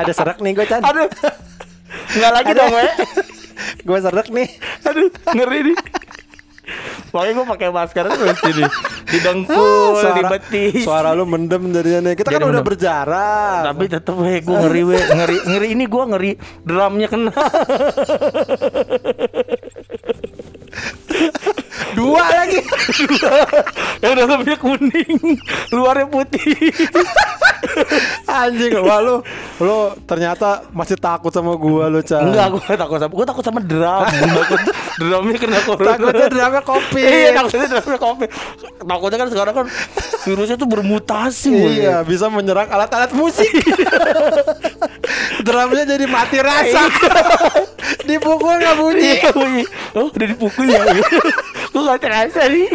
Udah serak nih gue, Chan. Aduh. Enggak lagi dong, we. Gue serak nih. Aduh, ngeri nih. Makanya gue pakai masker terus ini. Di dengkul, di betis. Suara lu mendem jadinya nih. Kita Jadi kan udah mendem. berjarak. Tapi tetep gue ngeri ngeri ini gue ngeri drumnya kena. Dua lagi. Yang dalamnya kuning, luarnya putih. Anjing, wah lu ternyata masih takut sama gua lu, Chan. Enggak, gue takut sama drum. Takut drumnya kena corona. Takutnya drama kopi. Iya, takutnya drumnya kopi. Takutnya kan sekarang kan virusnya tuh bermutasi. Iya, bisa menyerang alat-alat musik. Drumnya jadi mati rasa. Dipukul nggak bunyi. Oh, udah dipukul ya. Gue gak terasa nih.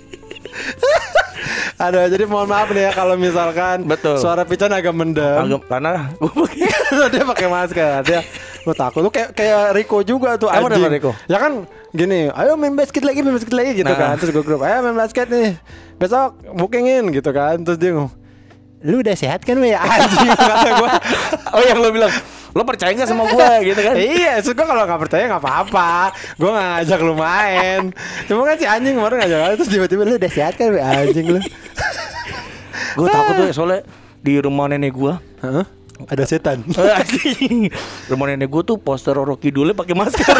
Aduh, jadi mohon maaf nih ya kalau misalkan Betul. suara Pican agak mendem. Karena gue pakai Dia pakai masker. Dia lu takut. Lu kayak Rico juga tuh, Emang anjing. apa Rico? Ya kan gini, ayo main basket lagi gitu kan. Terus gue grup, ayo main basket nih. Besok bookingin gitu kan. Terus dia ngomong, lu udah sehat kan we? Anjing, kata gue. Oh, yang lo bilang, lo percaya gak sama gue gitu kan? Iya, suka kalau nggak percaya nggak apa-apa. Gue nggak ngajak lu main. Cuma kan si anjing kemarin ngajak, terus tiba-tiba lu udah sehat kan we? Anjing lu. Gue takut tuh soalnya di rumah nenek gue. Hah? Ada setan. Rumah nenek gue tuh poster Roro Kidulnya pakai masker.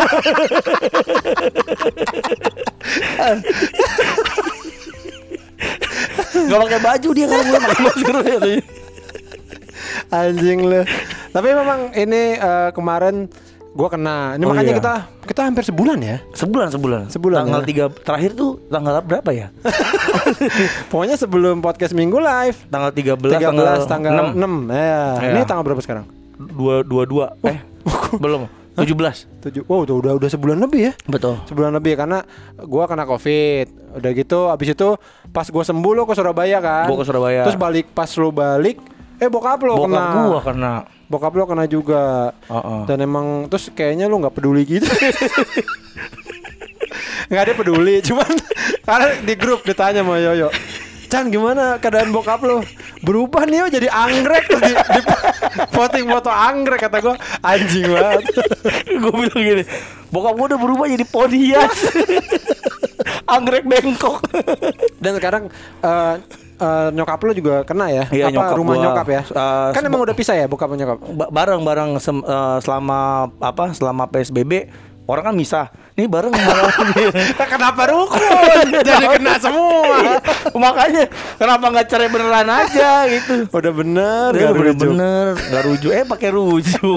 Gak pakai baju dia kan, gue pakai masker. Anjing lu. Tapi memang ini kemarin gua kena. Ini Oh, makanya iya. kita hampir sebulan ya. Sebulan. Tanggal ya? 3 terakhir tuh tanggal berapa ya? Pokoknya sebelum podcast Minggu live. Tanggal 13, 13 tanggal 6. Ya. Ya. Ini tanggal berapa sekarang? 22. Belum. 17. 7. Wow, tuh udah sebulan lebih ya. Betul. Sebulan lebih karena gua kena Covid. Udah gitu abis itu pas gua sembuh lo ke Surabaya kan. Gua ke Surabaya. Terus pas lo balik bokap lo kena. Gua kena. Bokap lo kena juga. Dan emang terus kayaknya lo nggak peduli gitu. Nggak ada peduli, cuman karena di grup ditanya sama Yoyo, Chan gimana keadaan bokap lo? Berubah nih jadi anggrek. Terus di posting foto anggrek, kata gue anjing banget. Gue bilang gini, bokap gue udah berubah jadi pohon hias. Anggrek bengkok. Dan sekarang nyokap lo juga kena ya? Iya, apa rumah gua, nyokap ya? Kan emang udah pisah ya bokap sama nyokap? Bareng selama PSBB orang kan misah. Nih bareng malah. Kenapa rukun? Jadi kena semua. Makanya kenapa nggak cerai beneran aja gitu? Udah bener, bener nggak rujuk. Pakai rujuk.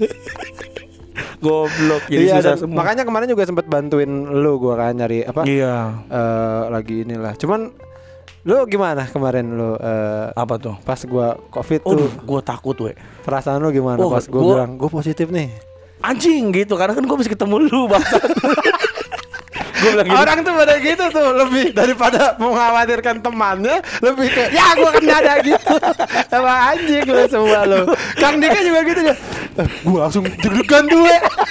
Goblok. Jadi iya, susah dan semua. makanya kemarin juga sempat bantuin lu gua kan nyari apa? Iya. Lagi inilah. Cuman lu gimana kemarin lu Apa tuh? pas gua Covid Oh, tuh? gue takut weh. Perasaan lu gimana pas gua bilang gua positif nih? Anjing gitu, karena kan gue bisa ketemu lu bangsat. Gue bilang gitu. Orang tuh pada gitu tuh, lebih daripada mengkhawatirkan temannya, lebih kayak ya gua kena ada gitu. Emang anjing lu semua lu. Kang Dika juga gitu ya. Gua langsung deg-degan tuh.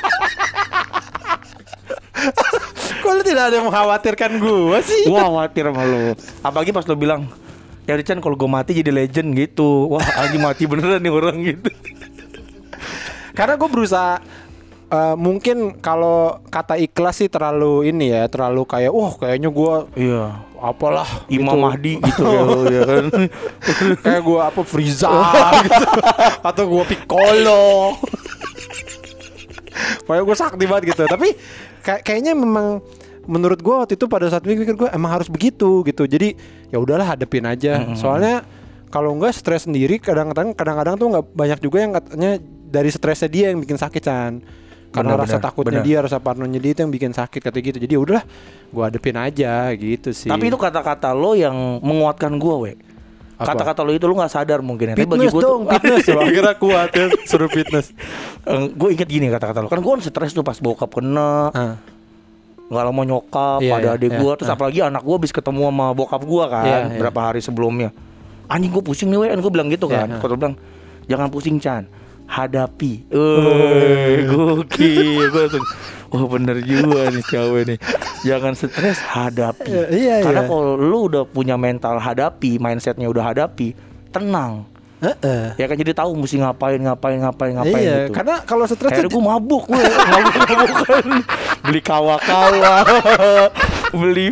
Kok lu tidak ada yang mengkhawatirkan gua sih? Gua khawatir sama lu. Apalagi pas lu bilang, ya Richan kalau gue mati jadi legend gitu. Wah anjing mati beneran nih orang gitu. Karena gue berusaha mungkin kalau kata ikhlas sih terlalu ini ya, terlalu kayak kayaknya gue Iya. apalah Imam gitu. Mahdi gitu ya kan. Kayak gue apa Friza gitu. Atau gue Piccolo. Pokoknya gue sakti banget gitu. Tapi kayaknya memang menurut gue waktu itu pada saat mikir gue emang harus begitu gitu. Jadi ya udahlah hadepin aja. Soalnya kalau enggak stres sendiri kadang-kadang tuh nggak banyak juga yang katanya dari stresnya dia yang bikin sakit Chan. Karena rasa takutnya dia, rasa parnonya dia itu yang bikin sakit kata gitu. Jadi ya udahlah, gue hadepin aja gitu sih. Tapi itu kata-kata lo yang menguatkan gue weh. Kata-kata lo itu lo nggak sadar mungkin ya. Fitness dong, fitness. Akhirnya kuat ya, suruh fitness. Gue inget gini kata-kata lo. Kan gue stres tuh pas bokap kena. Gak lama nyokap, ada adik gue. Terus apalagi anak gue habis ketemu sama bokap gue kan berapa hari sebelumnya. Anjing gue pusing nih weh. Gue bilang gitu kan. Gue bilang jangan pusing Chan, hadapi. Gokil. Gue langsung bener juga nih cewek nih. Jangan stres, hadapi. Karena kalau lu udah punya mental hadapi, mindsetnya udah hadapi, tenang. Ya kan jadi tahu mesti ngapain Iya, gitu. karena kalau stres Kayak gue mabuk kan. Beli kawa-kawa, beli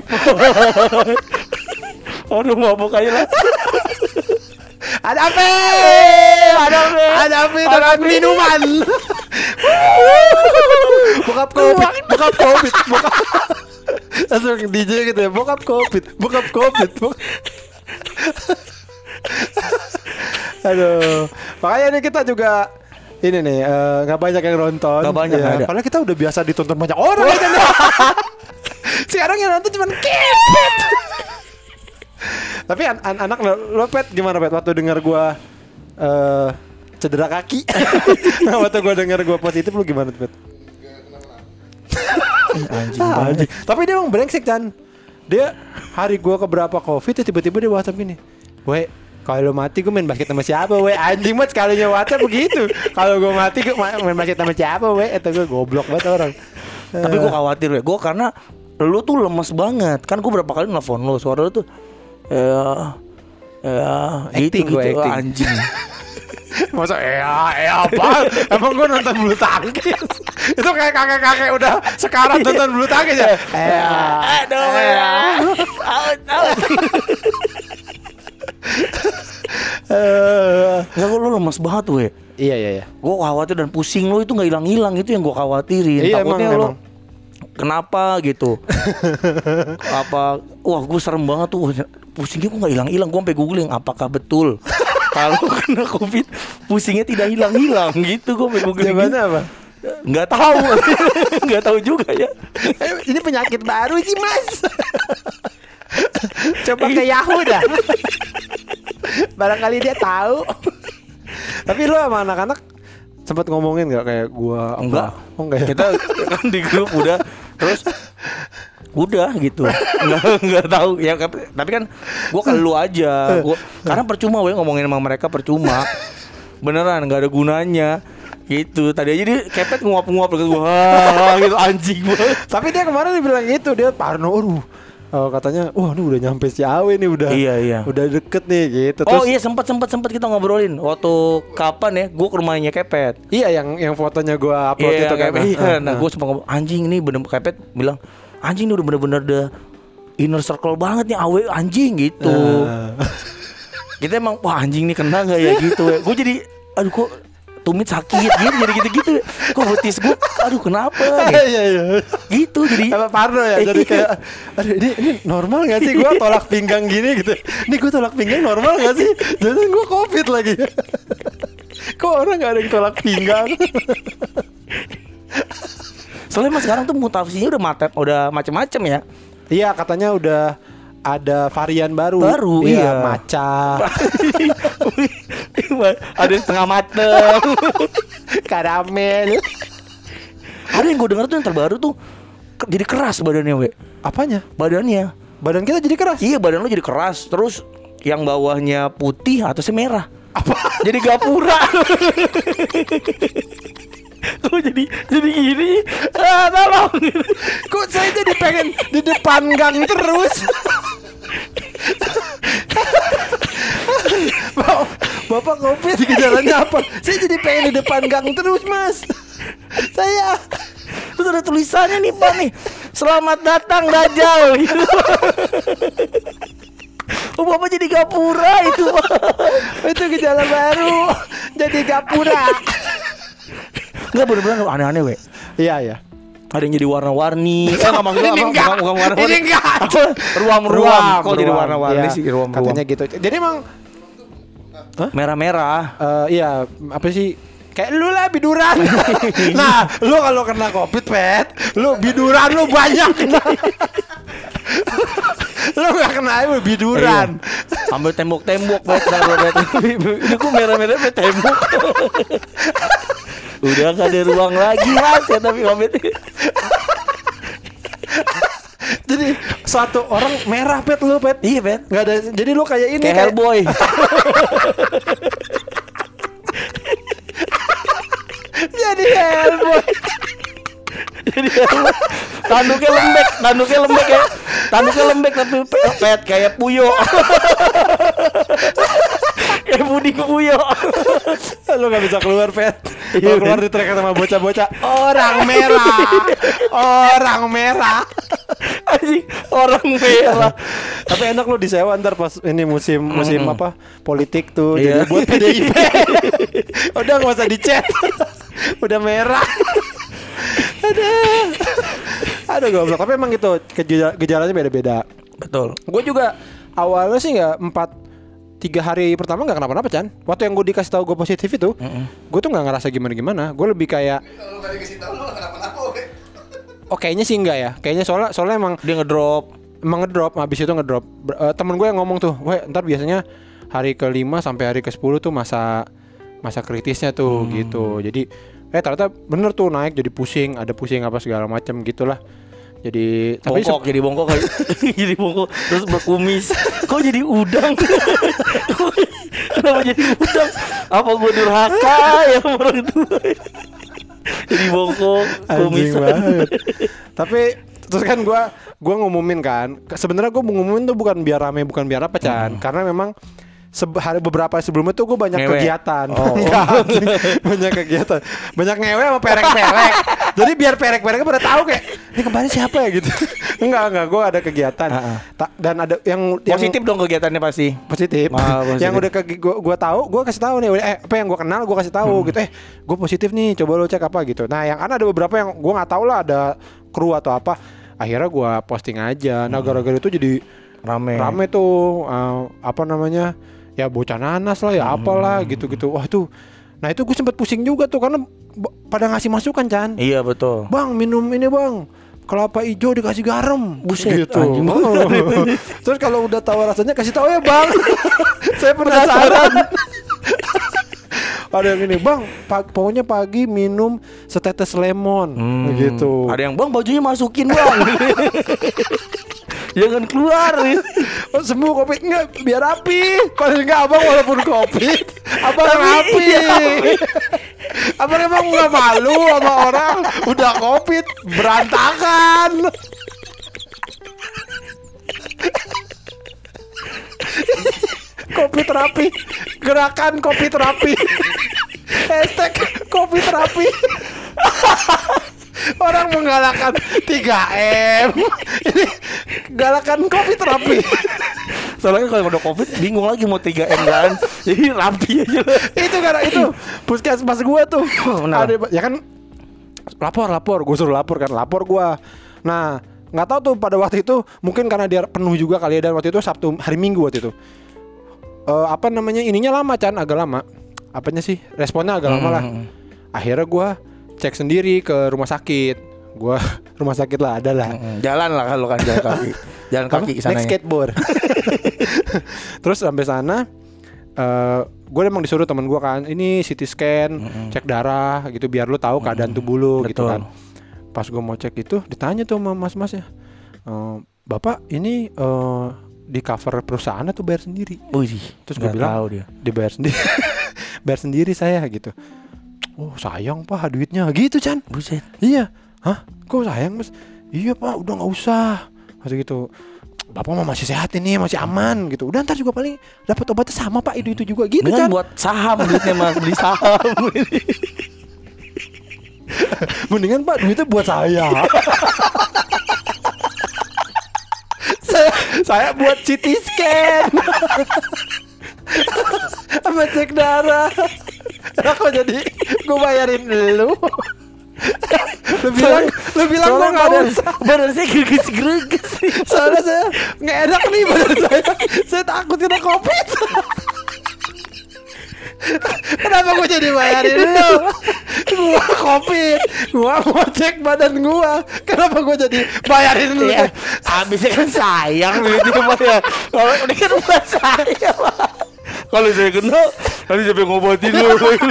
aduh mabuk aja lah. ada apa dengan minuman. Bokap covid. Langsung DJ gitu ya, bokap covid. Aduh, makanya ini kita juga ini nih nggak banyak yang nonton. Nggak banyak ya, ada. Padahal kita udah biasa ditonton banyak orang. Kan? Sekarang yang nonton cuma Kepet. Tapi anak lo Pet gimana Pet waktu dengar gua cedera kaki? Waktu gua dengar gua positif lu gimana Pet? Anjing. Tapi dia emang brengsek kan. Dia hari gua keberapa covid ya tiba-tiba dia WhatsApp gini. Weh, kalau mati gue main basket sama siapa weh? Anjing banget sekalinya WhatsApp begitu. Kalau gue mati gue main basket sama siapa weh? Itu gue goblok banget orang. Tapi gue khawatir weh. Gue karena lu tuh lemes banget. Kan gue berapa kali nelfon lu, suara lu tuh acting gitu, acting. anjing. Masa apa? Emang gue nonton bulu tangkis? Itu kayak kakek-kakek udah sekarang nonton bulu tangkis ya? Ya lu lemes banget weh. Iya. Gue khawatir dan pusing lu itu nggak hilang itu yang gue khawatirin. Iya, Takutnya emang. lu kenapa gitu? Apa? Wah gue serem banget tuh. Pusingnya gue nggak hilang. Gue sampai googling apakah betul kalau kena covid pusingnya tidak hilang gitu. Gue sampai googling. Jawabannya apa? Nggak tahu juga ya. Ini penyakit baru sih mas. Coba ke Yahoo dah. Barangkali dia tahu. Tapi lu sama anak-anak sempat ngomongin nggak kayak gua? Enggak. Oh enggak ya? Kita kan di grup udah terus udah gitu. Enggak tahu ya, tapi kan gua ke lu aja. Karena percuma ngomongin sama mereka percuma. Beneran enggak ada gunanya. Gitu. Tadi aja dia Kepet nguap-nguap ke gua. Gitu anjing banget. Tapi dia kemarin bilang gitu, dia parno. Katanya, wah ini udah nyampe Ciawi nih udah. Iya. Udah deket nih gitu. Terus, iya sempat kita ngobrolin waktu kapan ya gua ke rumahnya Kepet. Iya yang fotonya gua upload itu kan. Iya. Nah gua sempat ngomong anjing ini bener Kepet bilang anjing ini udah bener-bener the inner circle banget nih awe anjing gitu. Kita emang wah anjing nih kena nggak ya gitu ya. Gue jadi aduh kok tumit sakit gitu jadi gitu kok betis gue aduh kenapa Iya gitu jadi apa parno ya jadi kayak aduh ini normal gak sih gue tolak pinggang gini gitu ini gue tolak pinggang normal gak sih jadi gue covid lagi kok orang gak ada yang tolak pinggang. Soalnya mas sekarang tuh mutasinya udah macem-macem ya. Iya katanya udah ada varian baru iya. Maca. Ada yang setengah mateng. Karamel. Ada yang gue dengar tuh yang terbaru tuh jadi keras badannya we. Apanya? Badan kita jadi keras. Iya badan lo jadi keras. Terus yang bawahnya putih atasnya merah. Apa? Jadi gapura. Kok jadi gini? Tolong. Kok saya jadi pengen di depan gang terus? Bapak covid gejalanya apa? Saya jadi pengen di depan gang terus mas. Saya. Terus ada tulisannya nih Pak nih, selamat datang Dajjal gitu. Oh bapak jadi gapura itu Pak. Itu gejala baru. Jadi gapura. Enggak bener-bener aneh-aneh we. Iya. Ada yang jadi warna-warni. Bukan warna-warni. Ini enggak. Ruam. Kok jadi warna-warni sih ruam. Katanya gitu. Jadi emang merah-merah. Iya, apa sih? Kayak lu lah biduran. Nah, lu kalau kena covid, Pet, lu biduran lu banyak. Lu gak kena lu biduran. Sambil tembok-tembok, Pet. Ini kok merah-merah Pet tembok. Udah gak ada ruang lagi mas ya tapi covid. Jadi satu orang merah Pet lu Pet. Iya Pet. Gak ada. Jadi lu kayak ini kayak Hellboy. Jadi Hellboy. Tanduknya lembek ya. Tanduknya lembek tapi Pet kayak Puyo. Budi Buyo. Lu gak bisa keluar, Pet. Kalau keluar di track sama bocah-bocah, orang merah. Anjing, orang merah. Tapi enak lu disewa ntar pas ini musim apa? Politik tuh. Iya. Jadi buat PDIP. Udah gak usah dicet. Udah merah. Aduh goblok. Tapi emang gitu gejalanya beda-beda. Betul. Gue juga awalnya sih nggak 3 hari pertama nggak kenapa-napa, Chan. Waktu yang gue dikasih tahu gue positif itu, gue tuh nggak ngerasa gimana-gimana. Gue lebih kayak kalau nggak dikasih tahu lu kenapa-napa. Oh kayaknya sih enggak ya. Kayaknya soalnya emang Dia ngedrop. Habis itu ngedrop. Temen gue yang ngomong tuh, weh ntar biasanya hari ke-5 sampai hari ke-10 tuh masa kritisnya tuh gitu. Jadi ternyata bener tuh naik jadi pusing, ada pusing apa segala macam gitulah. Jadi bongkok jadi bongkok terus berkumis. Kok jadi udang? Kenapa jadi udang? Apa gue durhaka ya orang itu? Jadi bongkok, kumisan. Tapi terus kan gue ngumumin kan. Sebenarnya gue ngumumin tuh bukan biar rame, bukan biar apa, Chan. Karena memang beberapa sebelumnya tuh gue banyak kegiatan. Banyak kegiatan, banyak ngewe sama perek-perek. Jadi biar perek-pereknya pada tahu kayak ini kemarin siapa ya gitu. Enggak, gue ada kegiatan. Dan ada yang positif dong kegiatannya pasti. Positif. Yang udah gue tahu, gue kasih tahu nih. Apa yang gue kenal gue kasih tahu gitu. Gue positif nih, coba lo cek apa gitu. Nah yang ada beberapa yang gue nggak tahu lah, ada kru atau apa. Akhirnya gue posting aja. Nah gara-gara itu jadi rame tuh apa namanya? Ya bocah nanas lah ya apalah gitu-gitu. Wah tuh. Nah itu gue sempet pusing juga tuh karena pada ngasih masukan, Chan. Iya betul. Bang minum ini bang, kelapa hijau dikasih garam. Buset gitu. Oh. Terus kalau udah tahu rasanya kasih tahu ya bang. Saya penasaran. Ada yang ini bang, pokoknya pagi minum setetes lemon gitu. Ada yang bang bajunya masukin bang. Jangan keluar. Sembuh COVID enggak biar rapi. Paling enggak abang walaupun COVID abang rapi. Abang emang enggak malu sama orang udah COVID berantakan. Kopi terapi, gerakan kopi terapi. Hashtag kopi terapi. Orang menggalakkan 3M. Ini galakan kopi terapi. Soalnya kalau udah COVID bingung lagi mau 3M kan. Jadi rapi aja. Itu karena itu puskesmas gue tuh. Ada, ya kan lapor. Gue suruh lapor gue. Nah nggak tahu tuh pada waktu itu mungkin karena dia penuh juga kali ya, dan waktu itu Sabtu hari Minggu waktu itu. Apa namanya ininya lama, Chan, agak lama. Apanya sih? Responnya agak lama lah. Akhirnya gue cek sendiri ke rumah sakit. Gua rumah sakit lah, ada lah. Jalan lah kalau kan jalan kaki. Jalan kaki ke sana. Naik skateboard. Terus sampai sana gue emang disuruh temen gue kan, ini CT scan, cek darah gitu biar lu tahu keadaan tubuh lu gitu kan. Pas gue mau cek itu ditanya tuh sama mas-masnya, Bapak ini di cover perusahaan atau bayar sendiri? Terus gue bilang dibayar sendiri. Bayar sendiri saya gitu. Oh sayang pak duitnya gitu, Chan. Buset. Iya. Hah? Kok sayang mas? Iya pak udah gak usah. Masih gitu. Bapak mah masih sehat ini, masih aman gitu. Udah ntar juga paling dapat obatnya sama pak, itu juga gitu, Chan. Buat saham duitnya mas, beli saham. Mendingan pak duitnya buat saya. saya buat CT scan. Sama cek darah. Kok jadi gue bayarin lu? Lu bilang gue gak usah. Badan saya greges. Soalnya saya gak enak nih badan saya. Saya takut kena COVID. Kenapa gue jadi bayarin lu? Gua COVID, gua mau cek badan gua. Kenapa gua jadi bayarin lu? Ya, abisnya kan sayang duitnya pak ya. Kalau ini kan buat saya pak. Kalau saya kena, nanti siapa yang ngobatin lu?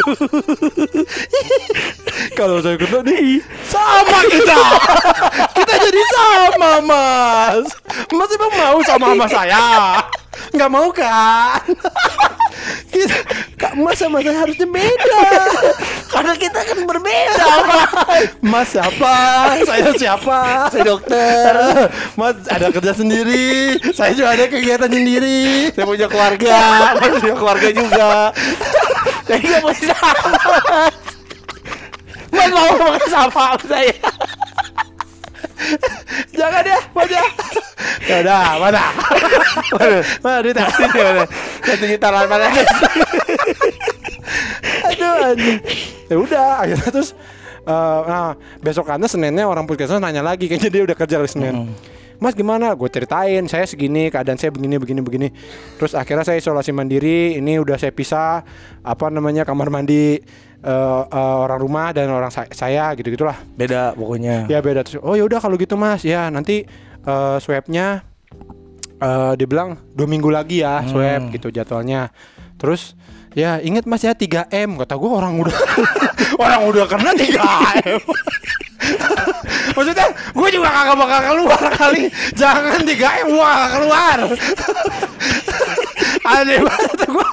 Kalau saya kena nih, sama kita. Kita jadi sama, Mas. Mas emang mau sama saya? Nggak mau kan? Mas sama saya harusnya beda. Karena kita kan berbeda. Mas siapa? Saya siapa? Saya dokter. Mas ada kerja sendiri. Saya juga ada kegiatan sendiri. Saya punya keluarga. Mas punya keluarga juga. Saya nggak mau sama. Mas mau pakai sama saya. Jangan ya, mana? Ya udah, mana? Mana duitnya? Mana? 1 juta mana? Aduh anjing. Ya udah, akhirnya terus nah, besokannya Seninnya orang puskesmas nanya lagi, kayaknya dia udah kerja hari Senin. Mas gimana? Gue ceritain, saya segini, keadaan saya begini. Terus akhirnya saya isolasi mandiri. Ini udah saya pisah, kamar mandi orang rumah dan orang saya gitu-gitulah. Beda pokoknya. Ya beda. Terus, oh yaudah kalau gitu Mas, ya nanti swabnya dia bilang 2 minggu lagi ya swab gitu jadwalnya. Terus ya inget Mas ya 3M, kata gue orang udah kena 3M. Maksudnya gue juga kagak bakal keluar kali. Jangan 3M gue kagak keluar. Aneh banget gue.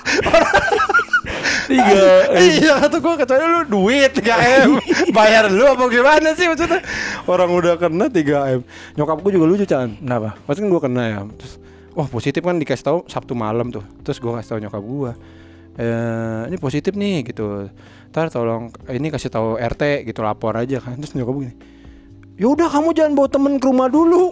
Iya kata gue, katanya lu duit 3M bayar lu apa gimana sih maksudnya. Orang udah kena 3M. Nyokap gue juga lucu Chan. Kenapa? Maksudnya gue kena ya. Terus positif kan dikasih tahu Sabtu malam tuh. Terus gue kasih tahu nyokap gue, ini positif nih gitu. Ntar tolong ini kasih tahu RT gitu, lapor aja kan. Terus nyokap gue gini, yaudah kamu jangan bawa temen ke rumah dulu.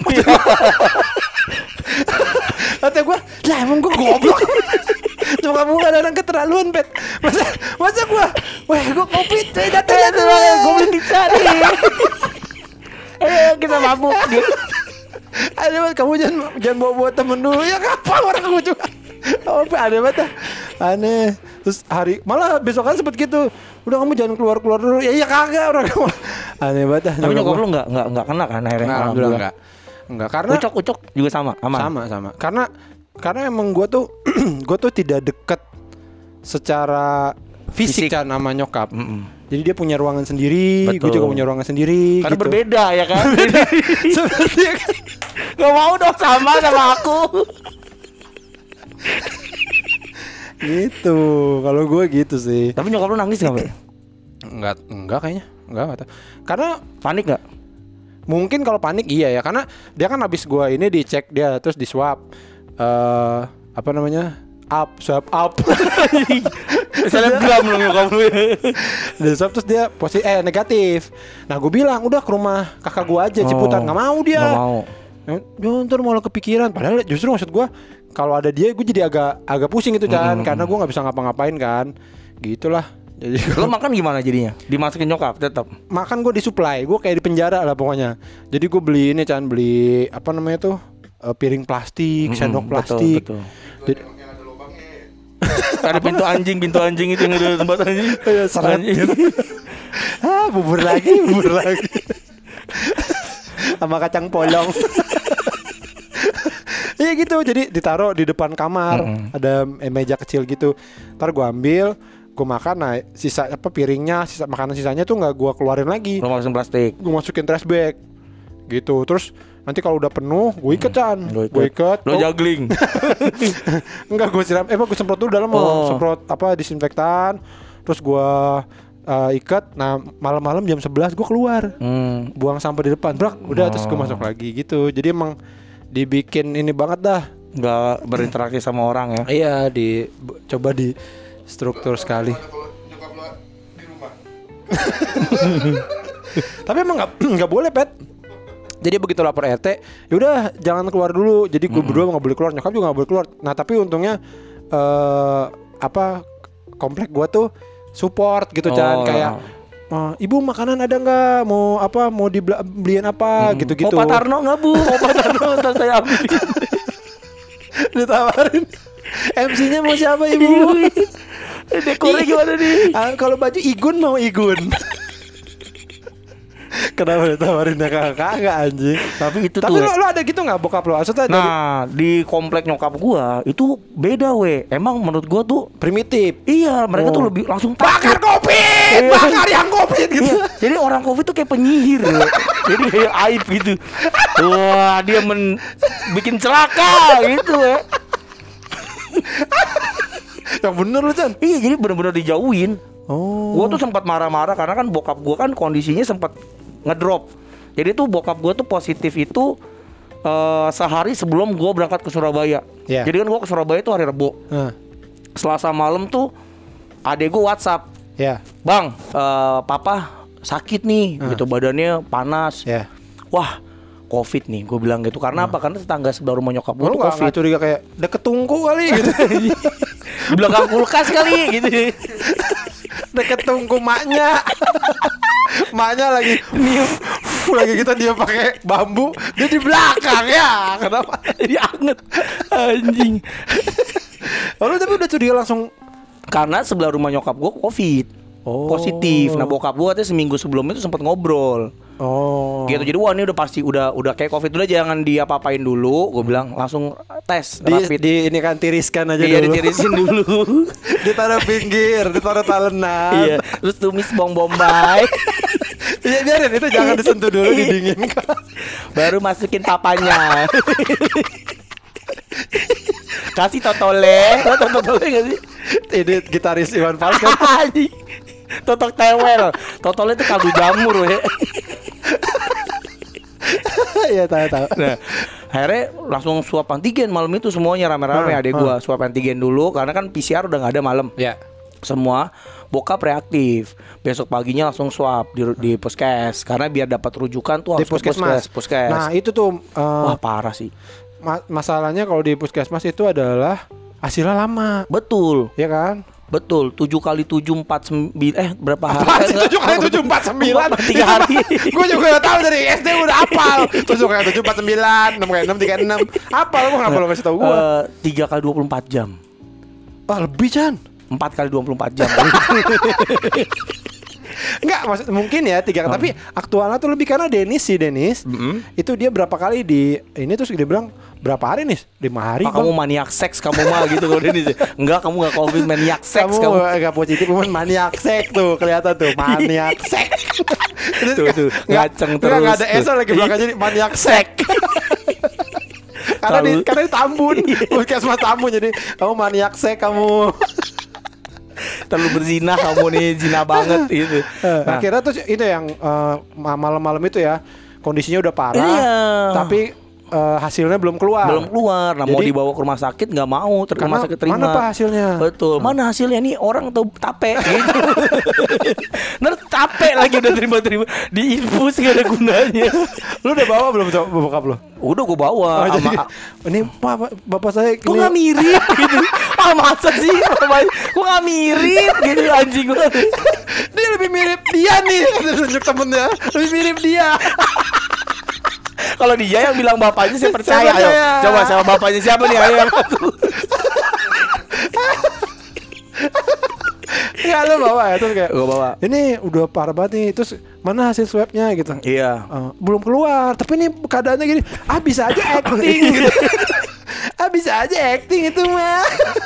Kata gue, lah emang gue goblok. Nyokap gue kadang-kadang keterlaluan Pet. Masa gue, weh gue covid, datang gue belum bisa nih. Ayo kita mabuk gitu. Ada banget, kamu jangan bawa temen dulu. Ya kapan orang kamu juga. Ada banget. Aneh. Terus malah besokan sempet gitu. Udah kamu jangan keluar dulu. Ya kagak orang kamu. Aneh banget. Tapi nyokap lu enggak kena kan akhirnya? Alhamdulillah enggak. Karena Ucok juga sama, aman. Sama. Karena emang gue tuh tidak dekat secara fisik kan sama nyokap. Jadi dia punya ruangan sendiri, gue juga punya ruangan sendiri. Karena gitu. berbeda ya kan. Seperti kan. Gak mau dong sama aku. Gitu. Kalau gue gitu sih. Tapi nyokap lu nangis gak? Enggak kayaknya. Enggak tahu. Karena panik gak? Mungkin kalau panik iya ya, karena dia kan habis gue ini dicek dia terus di swab swab up. Selebgram lu nyokap lu. Di swab terus dia negatif. Nah gue bilang udah ke rumah kakak gue aja Ciputat. Nggak mau dia. Nggak mau. Ntar malah kepikiran. Padahal justru maksud gue kalau ada dia gue jadi agak pusing itu kan, karena gue nggak bisa ngapa-ngapain kan. Gitulah. Jadi lo makan gimana jadinya? Dimasukin nyokap tetap? Makan gue disuplai. Gue kayak di penjara lah pokoknya. Jadi gue beli ini Chan, beli apa namanya tuh, piring plastik, sendok plastik. Betul. Jadi, yang ada lubangnya. ada pintu anjing itu yang ada tempat anjing. Seret gitu. Bubur lagi. Sama kacang polong. Iya gitu. Jadi ditaruh di depan kamar. Ada meja kecil gitu. Ntar gue ambil, gue makan. Nah sisa piringnya, makanan sisanya tuh nggak gue keluarin lagi. Lo masukin plastik. Gue masukin trash bag gitu. Terus nanti kalau udah penuh gue iket Chan. Gue iket. Lo juggling. Enggak, gue siram. Gue semprot dulu dalam. Semprot disinfektan. Terus gue ikat. Nah malam-malam jam 11 gue keluar. Buang sampah di depan. Udah terus gue masuk lagi gitu. Jadi emang dibikin ini banget dah. Nggak berinteraksi sama orang ya. Iya, coba di struktur sekali. Kalau nyokap lo di rumah. Tapi emang nggak boleh Pet. Jadi begitu lapor RT, yaudah jangan keluar dulu. Jadi gue berdua nggak boleh keluar, nyokap juga nggak boleh keluar. Nah tapi untungnya komplek gue tuh support gitu Chan, kayak ibu makanan ada nggak? Mau dibeliin apa? Gitu-gitu. Mau Pak Tarno nggak bu? Mau Pak Tarno ntar saya ambilin. Ditawarin. MC-nya mau siapa ibu? Dekornya gimana nih? Kalau baju Igun mau Igun. Kenapa ditawarinnya kagak anjing? Tapi lo ada gitu nggak bokap lo? Nah di komplek nyokap gua itu beda Emang menurut gua tuh primitif. Iya, mereka tuh lebih langsung bakar covid, bakar yang covid gitu. Jadi orang covid tuh kayak penyihir Jadi kayak aib gitu. Wah dia bikin celaka gitu Yang bener lu Chan. Iya jadi benar-benar dijauhin. Oh. Gue tuh sempat marah-marah karena kan bokap gue kan kondisinya sempat ngedrop. Jadi tuh bokap gue tuh positif itu sehari sebelum gue berangkat ke Surabaya. Yeah. Jadi kan gue ke Surabaya tuh hari Rebo. Selasa malam tuh adek gue WhatsApp, Bang, papa sakit nih, gitu badannya panas. Wah, COVID nih, gue bilang gitu. Karena apa? Karena tetangga sebelah rumah nyokap gue tuh COVID. Lu curiga kayak deket tungku kali gitu. Di belakang kulkas kali gitu. Deket tungku maknya. Maknya lagi lagi kita dia pakai bambu, dia di belakang ya. Kenapa? Jadi anget anjing. Lalu tapi udah curiga langsung karena sebelah rumah nyokap gue COVID. Positif. Nah bokap gue tuh seminggu sebelumnya tuh sempat ngobrol. Gitu. Jadi wah ini udah pasti udah kayak COVID, udah jangan diapa-apain dulu. Gue bilang langsung tes rapid. Ini kan tiriskan aja dulu. Iya ditirisin dulu. Ditaruh pinggir, ditaruh talenan. Iya. Terus tumis bawang bombay. Iya biarin itu jangan disentuh dulu, didinginkan. Baru masukin papanya. Kasih totole. Totole gak sih? Ini gitaris Iwan Fals kan. Totok tewel. Totole itu kaldu jamur ya. Iya tahu. Nah, akhirnya langsung swab antigen malam itu semuanya rame-rame. Adek gua swab antigen dulu karena kan PCR udah nggak ada malam. Iya. Semua bokap reaktif. Besok paginya langsung swab di puskes karena biar dapat rujukan tuh harus di puskesmas. Nah itu tuh wah parah sih. Masalahnya kalau di puskesmas itu adalah hasilnya lama. Betul. Ya kan? Betul, 7 kali 7 49 berapa hari? Apaan sih 7 kali 7 49? 3 hari. Gue juga udah tahu dari SD udah hafal. 7 kali 7 49, 6 kali 6 36. Hafal lu enggak perlu kasih tahu gue. 3 kali 24 jam. Lebih Chan. 4 kali 24 jam. Enggak, maksud mungkin ya 3 tapi aktualnya tuh lebih karena Denis itu dia berapa kali di ini terus dia bilang berapa hari nih? 5 hari. Kamu maniak seks kamu mah gitu kalau Denis. Enggak, kamu enggak COVID, maniak seks kamu. Enggak positif, cuman maniak seks tuh kelihatan tuh maniak seks. Tuh ngaceng terus. Enggak ada esol lagi belakang jadi maniak seks. Karena di Tambun, puskesmas Tambun jadi kamu maniak seks kamu. Terlalu berzina kamu nih, zina banget gitu. Nah, akhirnya tuh itu yang malam-malam itu ya kondisinya udah parah, tapi hasilnya belum keluar. Nah jadi, mau dibawa ke rumah sakit nggak mau, rumah sakit terima. Mana pak hasilnya? Betul. Mana hasilnya nih orang tuh tape gitu. Ntar tape lagi udah terima diinfus nggak ada gunanya. Lu udah bawa belum bokap lu? Udah gue bawa. Ini bapak saya. Kok nggak mirip gitu? Masa sih? Kok nggak mirip gitu anjing gue? Dia lebih mirip dia nih. Tunjuk temennya. Lebih mirip dia. Kalau dia yang bilang bapaknya saya percaya. Ayo, coba sama bapaknya siapa nih? Ayo. Ya lu bawa ya terus kayak gue bawa. Ini udah parah banget nih. Terus mana hasil swabnya gitu? Iya. Belum keluar. Tapi ini keadaannya gini. Bisa aja acting gitu. Bisa aja acting itu mah.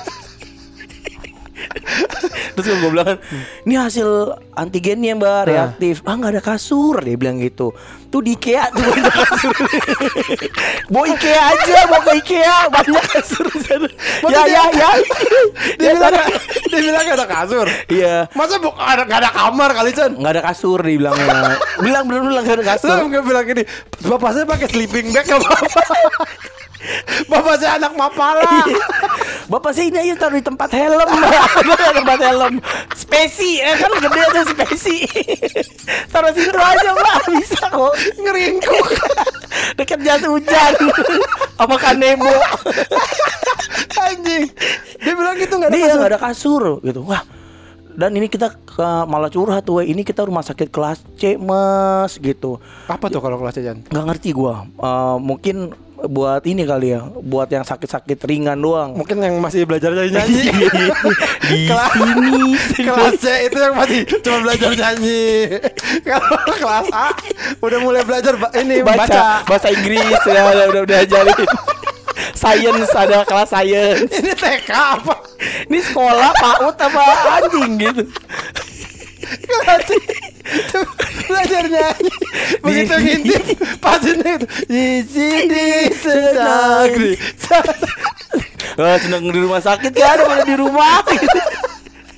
Terus gue bilang, ini hasil antigennya mbak reaktif. Nggak ada kasur, dia bilang gitu. Tuh di IKEA tuh ada kasur. Bawa IKEA aja, bawa ke IKEA banyak kasur di sana. Ya. Dia bilang nggak ada kasur. Iya. Masa nggak ada kamar kali Chan? Nggak ada kasur dia bilangnya. Bilang nggak ada kasur. Lu nggak bilang gini, bapak saya pakai sleeping bag nggak apa-apa. Bapak saya anak mapala. Bapak saya ini aja taruh di tempat helm. Tempat helm spesi, kan gede tuh spesi. Taruh situ aja mbak, bisa kok. Ngeringkuk dekat jas hujan sama Kanebo. Anjing. Dia bilang gitu nggak ada kasur. Dia nggak ada kasur gitu. Wah. Dan ini kita malah curhat tuh, ini kita rumah sakit kelas C mas gitu. Apa tuh kalau kelas C Jan? Nggak ngerti gua. Mungkin buat ini kali ya, buat yang sakit-sakit ringan doang. Mungkin yang masih belajar nyanyi. Di sini kelas C itu yang masih cuma belajar nyanyi. Kalau kelas A udah mulai belajar ini baca bahasa Inggris ya, udah ajarin. Science, ada kelas science. Ini TK apa? Ini sekolah PAUD apa anjing gitu. Kelas C belajar nyanyi. Begitu ngintip pas ini di sini senang. Senang di rumah sakit kan, ada pada di rumah gitu.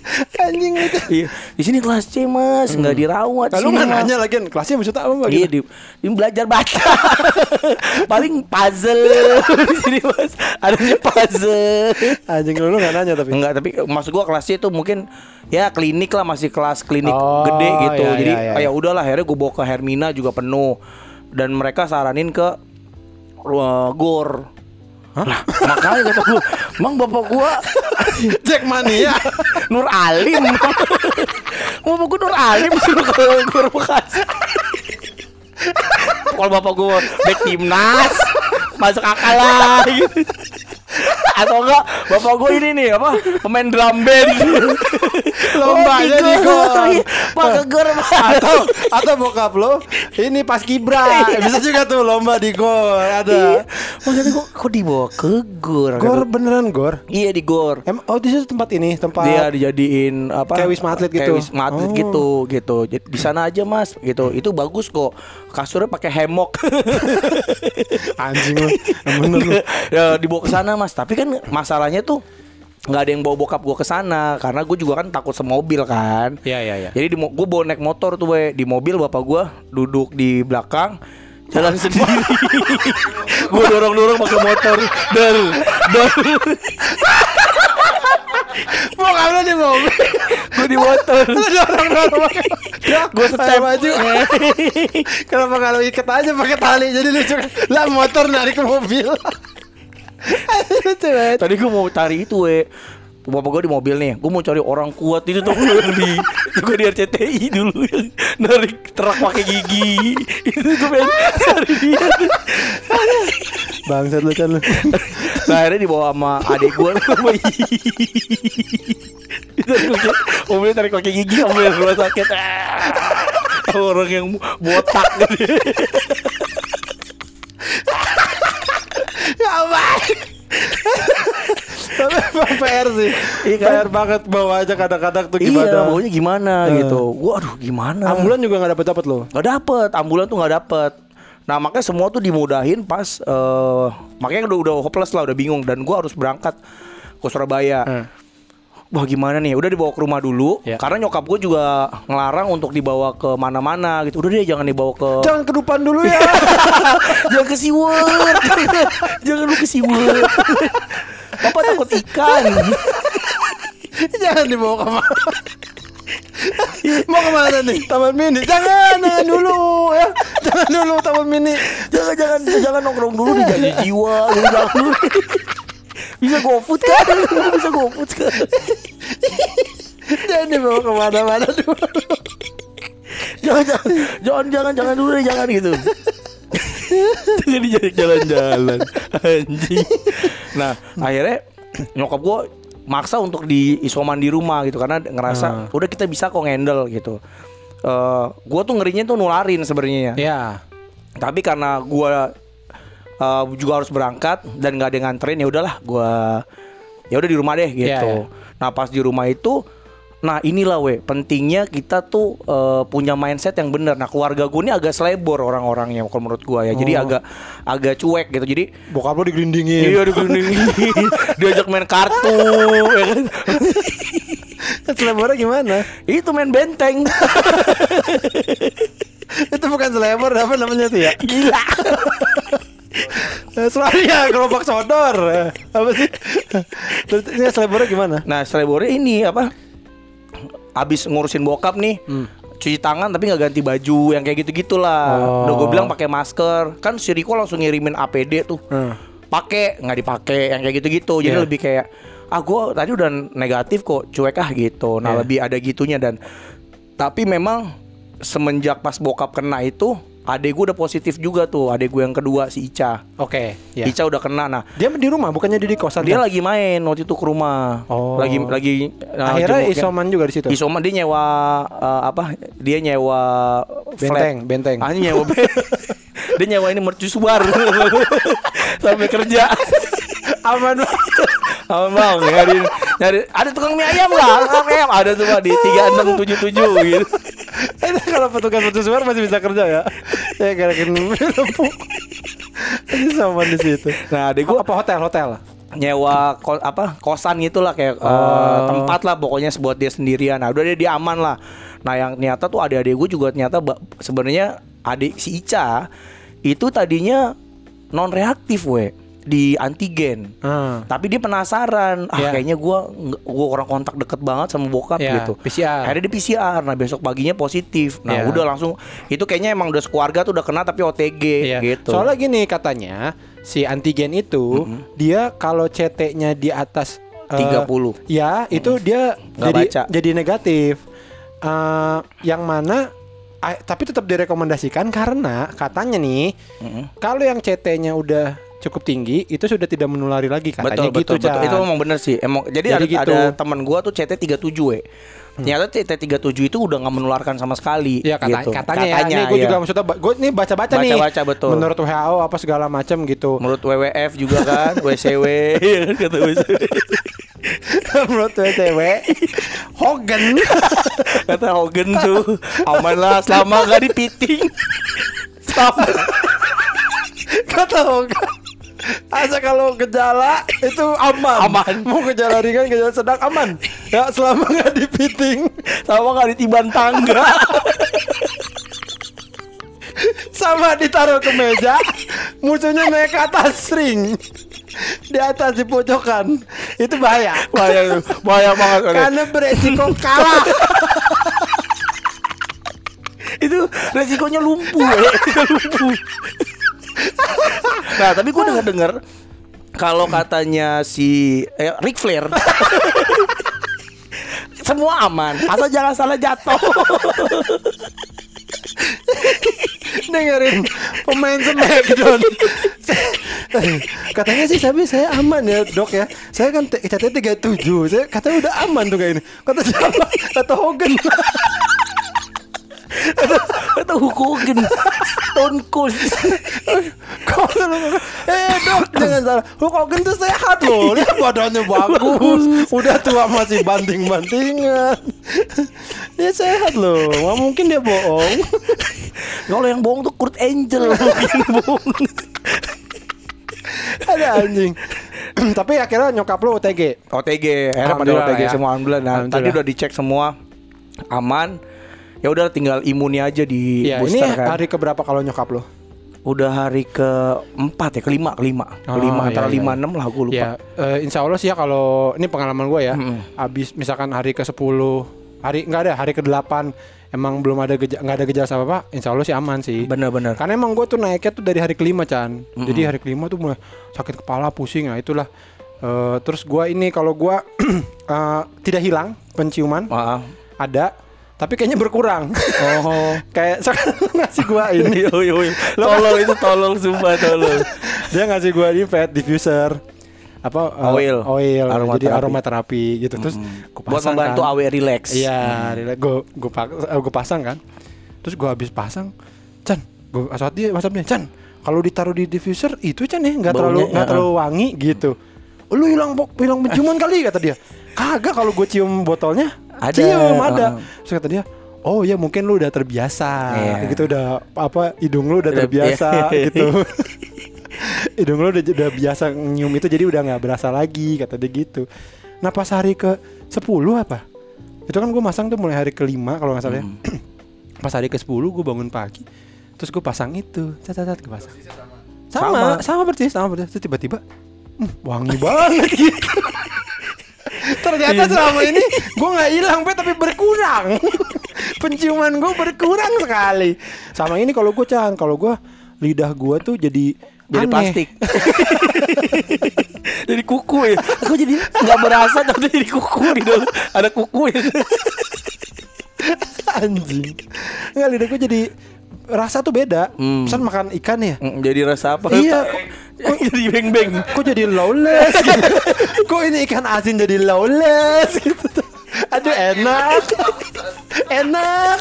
Anjing itu. Iya, di sini kelas C mas, nggak dirawat. Lalu sini, nggak Mas. nanya lagi kelasnya maksudnya apa Mbak? Iya, di belajar baca. Paling puzzle di sini mas, adanya puzzle. Anjing lu nggak nanya tapi. Enggak, tapi maksud gua kelas C itu mungkin ya klinik lah, masih kelas klinik Oh, gede gitu. iya, Jadi iya, iya. ya udahlah, akhirnya gua bawa ke Hermina juga penuh. Dan mereka saranin ke GOR. Lah, makanya kata gua, emang bapak gua Jackmania. Nur Alim. Bapak gua Nur Alim suruh ke GOR Bekasi. Kalau bapak gua back timnas, masuk akal lah gitu. Atau enggak bapak gue ini nih apa, pemain drum band. Lombanya di GOR. Pak ke GOR Atau bokap lo ini pas kibra. Bisa juga tuh lomba di GOR ada. Maksudnya kok dibawa ke GOR? GOR beneran GOR? Iya di GOR. Oh di situ tempat ini, tempat Dia dijadiin apa? kayak Wisma Atlet gitu. Kayak Wisma Atlet gitu. Jadi di sana aja mas, gitu. Itu bagus kok. Kasurnya pakai hemok. Anjing lu. Bener lu. Ya, dibawa ke sana mas. Tapi kan masalahnya tuh nggak ada yang bawa bokap gue ke sana karena gue juga kan takut semobil kan. Iya. Jadi gue bawa naik motor tuh di mobil, bapak gue duduk di belakang jalan sendiri. Gue dorong pakai motor. Dar. Bokap lo di mobil. Gue di motor. Dorong. Gue setem baju. Kenapa kalau ikat aja pakai tali jadi lucu. Lah motor narik ke mobil. Lucu banget. Tadi gue mau cari itu bapak gue di mobil nih. Gue mau cari orang kuat itu tuh gue di RCTI dulu yang narik truk pakai gigi. Itu gue pengen cari dia. Bangsat lu Chan lu. Nah akhirnya dibawa sama adik gue. Mobilnya tarik pakai gigi sampai rumah sakit. Orang yang botak. Ya baik. Tapi PR sih. Iya kan? PR banget bawa aja kadang-kadang tuh Iya, gimana. baunya gimana gitu. Gua aduh gimana. Ambulan juga gak dapet lo. Gak dapet, ambulan tuh gak dapet. Nah makanya semua tuh dimudahin pas makanya udah hopeless lah, udah bingung. Dan gua harus berangkat ke Surabaya. Wah gimana nih, udah dibawa ke rumah dulu Ya. karena nyokap gue juga ngelarang untuk dibawa ke mana-mana gitu. Udah deh jangan dibawa ke Jangan ke depan dulu ya. jangan ke SeaWorld. Jangan lu ke SeaWorld. Papa takut ikan. Jangan dibawa kemana. Mau kemana nih? Taman mini. Jangan dulu ya. Jangan dulu taman mini. Jangan nongkrong dulu di Janji Jiwa. Jangan dulu. Bisa GoFood kan? Bisa GoFood kan? Jangan dibawa kemana-mana dulu. Jangan dulu deh, jangan gitu. Jangan dijak jalan-jalan, anjing. Nah, akhirnya nyokap gue maksa untuk diisoman di rumah gitu karena ngerasa udah kita bisa kok handle gitu. Gue tuh ngerinya tuh nularin sebenarnya. Ya. Tapi karena gue juga harus berangkat dan nggak ada yang nganterin, ya udahlah gue ya udah di rumah deh gitu. Nah pas di rumah itu, nah inilah pentingnya kita tuh punya mindset yang benar. Nah keluarga gue ini agak selebor orang-orangnya kalau menurut gue ya. Jadi agak cuek gitu. Jadi Bokap lo digelindingin. iya digelindingin, diajak main kartu, ya kan? Selebornya gimana? Itu main benteng. Itu bukan selebor, apa namanya tuh ya? Gila. Selalu ya gerobak sodor. Apa sih? Terus ini selebornya gimana? Nah selebornya ini apa? Abis ngurusin bokap nih, cuci tangan tapi nggak ganti baju, yang kayak gitu-gitulah. Udah gue bilang pakai masker. Kan si Riko langsung ngirimin APD tuh. Pakai nggak dipakai, yang kayak gitu-gitu. Jadi lebih kayak gue tadi udah negatif kok, cuek gitu. Nah lebih ada gitunya. Dan tapi memang semenjak pas bokap kena itu, adek gue udah positif juga tuh. Adek gue yang kedua si Ica. Oke. Ica udah kena. Nah Dia di rumah, bukannya di kosan? dia kan? lagi main waktu itu ke rumah. Lagi akhirnya jenguk- isoman juga di situ. Isoman dia nyewa Dia nyewa Benteng. flat. Nyewa dia nyewa ini mercusuar sampai kerja. Aman banget. Aman bang, nyari ada tukang mie ayam lah, tukang mie ayam ada tuh Pak di 3677 gitu. Itu kalau petugas mercusuar masih bisa kerja ya. Ya gara-gara lempu. Ini sama di situ. Nah adek gue Apa hotel? nyewa kosan gitulah kayak tempat lah pokoknya buat dia sendirian. Nah udah dia aman lah. Nah yang ternyata tuh adik-adik gue juga ternyata sebenarnya adik si Ica itu tadinya non reaktif di antigen. Tapi dia penasaran, kayaknya gua orang kontak deket banget sama bokap gitu. PCR. Akhirnya di PCR. Nah besok paginya positif. Nah udah langsung itu kayaknya emang udah sekeluarga tuh udah kena tapi OTG gitu. Soalnya gini katanya si antigen itu dia kalau CT-nya di atas 30. Ya itu dia jadi negatif. Yang mana tapi tetap direkomendasikan karena katanya nih kalau yang CT-nya udah cukup tinggi itu sudah tidak menulari lagi katanya betul. Itu emang bener sih. Jadi ada teman gua tuh CT 37 Ternyata CT 37 itu udah nggak menularkan sama sekali. Ya gitu. katanya ya. Ini gue juga maksudnya gue nih baca-baca nih. Baca betul. Menurut WHO apa segala macam gitu. Menurut WWF juga kan, WCW kata WCW. Menurut WCW Hogan kata Hogan tuh aman lah selama gak dipiting. Kata Hogan asa kalau gejala itu aman. Mau gejala ringan, gejala sedang aman. Ya selama gak dipiting, selama gak ditiban tangga, sama ditaruh ke meja, musuhnya naik ke atas ring. Di atas di pojokan. Itu bahaya banget. Karena beresiko kalah. Itu resikonya lumpuh. Nah tapi gue dengar kalau katanya si Ric Flair semua aman, asal jangan salah jatuh. Dengerin pemain Smackdown. Katanya sih saya aman ya dok ya. Saya kan CT 37. Saya katanya udah aman tuh kayak ini. Kata siapa? Kata Hogan. Kata Hogan, Stone Cold. Dok jangan salah. Hogan tuh sehat loh. Dia badannya bagus. Udah tua masih banting-bantingan. Dia sehat loh. Nggak mungkin dia bohong. Kalau yang bohong tuh Kurt Angle. Mungkin bohong. Ada anjing. Tapi akhirnya nyokap lo OTG. Akhirnya pada OTG ya. Semua alhamdulillah. Nah, tadi udah dicek semua aman. Ya udah tinggal imunnya aja di booster ini kan. Hari keberapa kalau nyokap lo? Udah hari ke-4 ya, kelima antara 5-6 lah gue lupa. Ya, insya Allah sih ya kalau ini pengalaman gue ya. Abis misalkan hari ke-10, hari ke-8 emang belum ada nggak ada gejala apa-apa, insya Allah sih aman sih. Bener. Karena emang gue tuh naiknya tuh dari hari ke-5 Chan. Jadi hari ke-5 tuh mulai sakit kepala, pusing, nah itulah. Terus gue ini kalau gue tidak hilang penciuman, ada. Tapi kayaknya berkurang. Kayak sekarang ngasih gua ini. Tolol sumpah tolol. Dia ngasih gua ini pet diffuser. Oil. Jadi aromaterapi gitu. Terus gua pasang. Buat membantu kan. AW relax. Iya, relax. Gua pasang kan. Terus gua habis pasang, Chan, gua WhatsApp dia, Chan, kalau ditaruh di diffuser itu Chan ya enggak terlalu wangi gitu. Lu hilang penciuman kali kata dia. Kagak, kalau gue cium botolnya ada. Terus kata dia, oh ya mungkin lu udah terbiasa, gitu udah hidung lu udah terbiasa gitu. Hidung lu udah biasa nyium itu jadi udah nggak berasa lagi kata dia gitu. Nah pas hari ke-10 itu kan gue masang tuh mulai hari ke-5 kalau nggak salah ya. Pas hari ke-10 gue bangun pagi, terus gue pasang itu, gue pasang. Sama persis. Terus tiba-tiba wangi banget gitu. Ternyata selama ini gue nggak hilang tapi berkurang. Penciuman gue berkurang sekali. Sama ini kalau gue lidah gue tuh jadi plastik. Jadi kuku ya. Aku jadi nggak berasa tapi jadi kuku di dalam. Ada kuku ya. Anjing. Nggak, lidah gue jadi rasa tuh beda. Pesan makan ikan ya. Jadi rasa apa? Iya. Kok jadi beng-beng? Kok jadi lawless gitu? Kok ini ikan asin jadi lawless gitu? Aduh enak.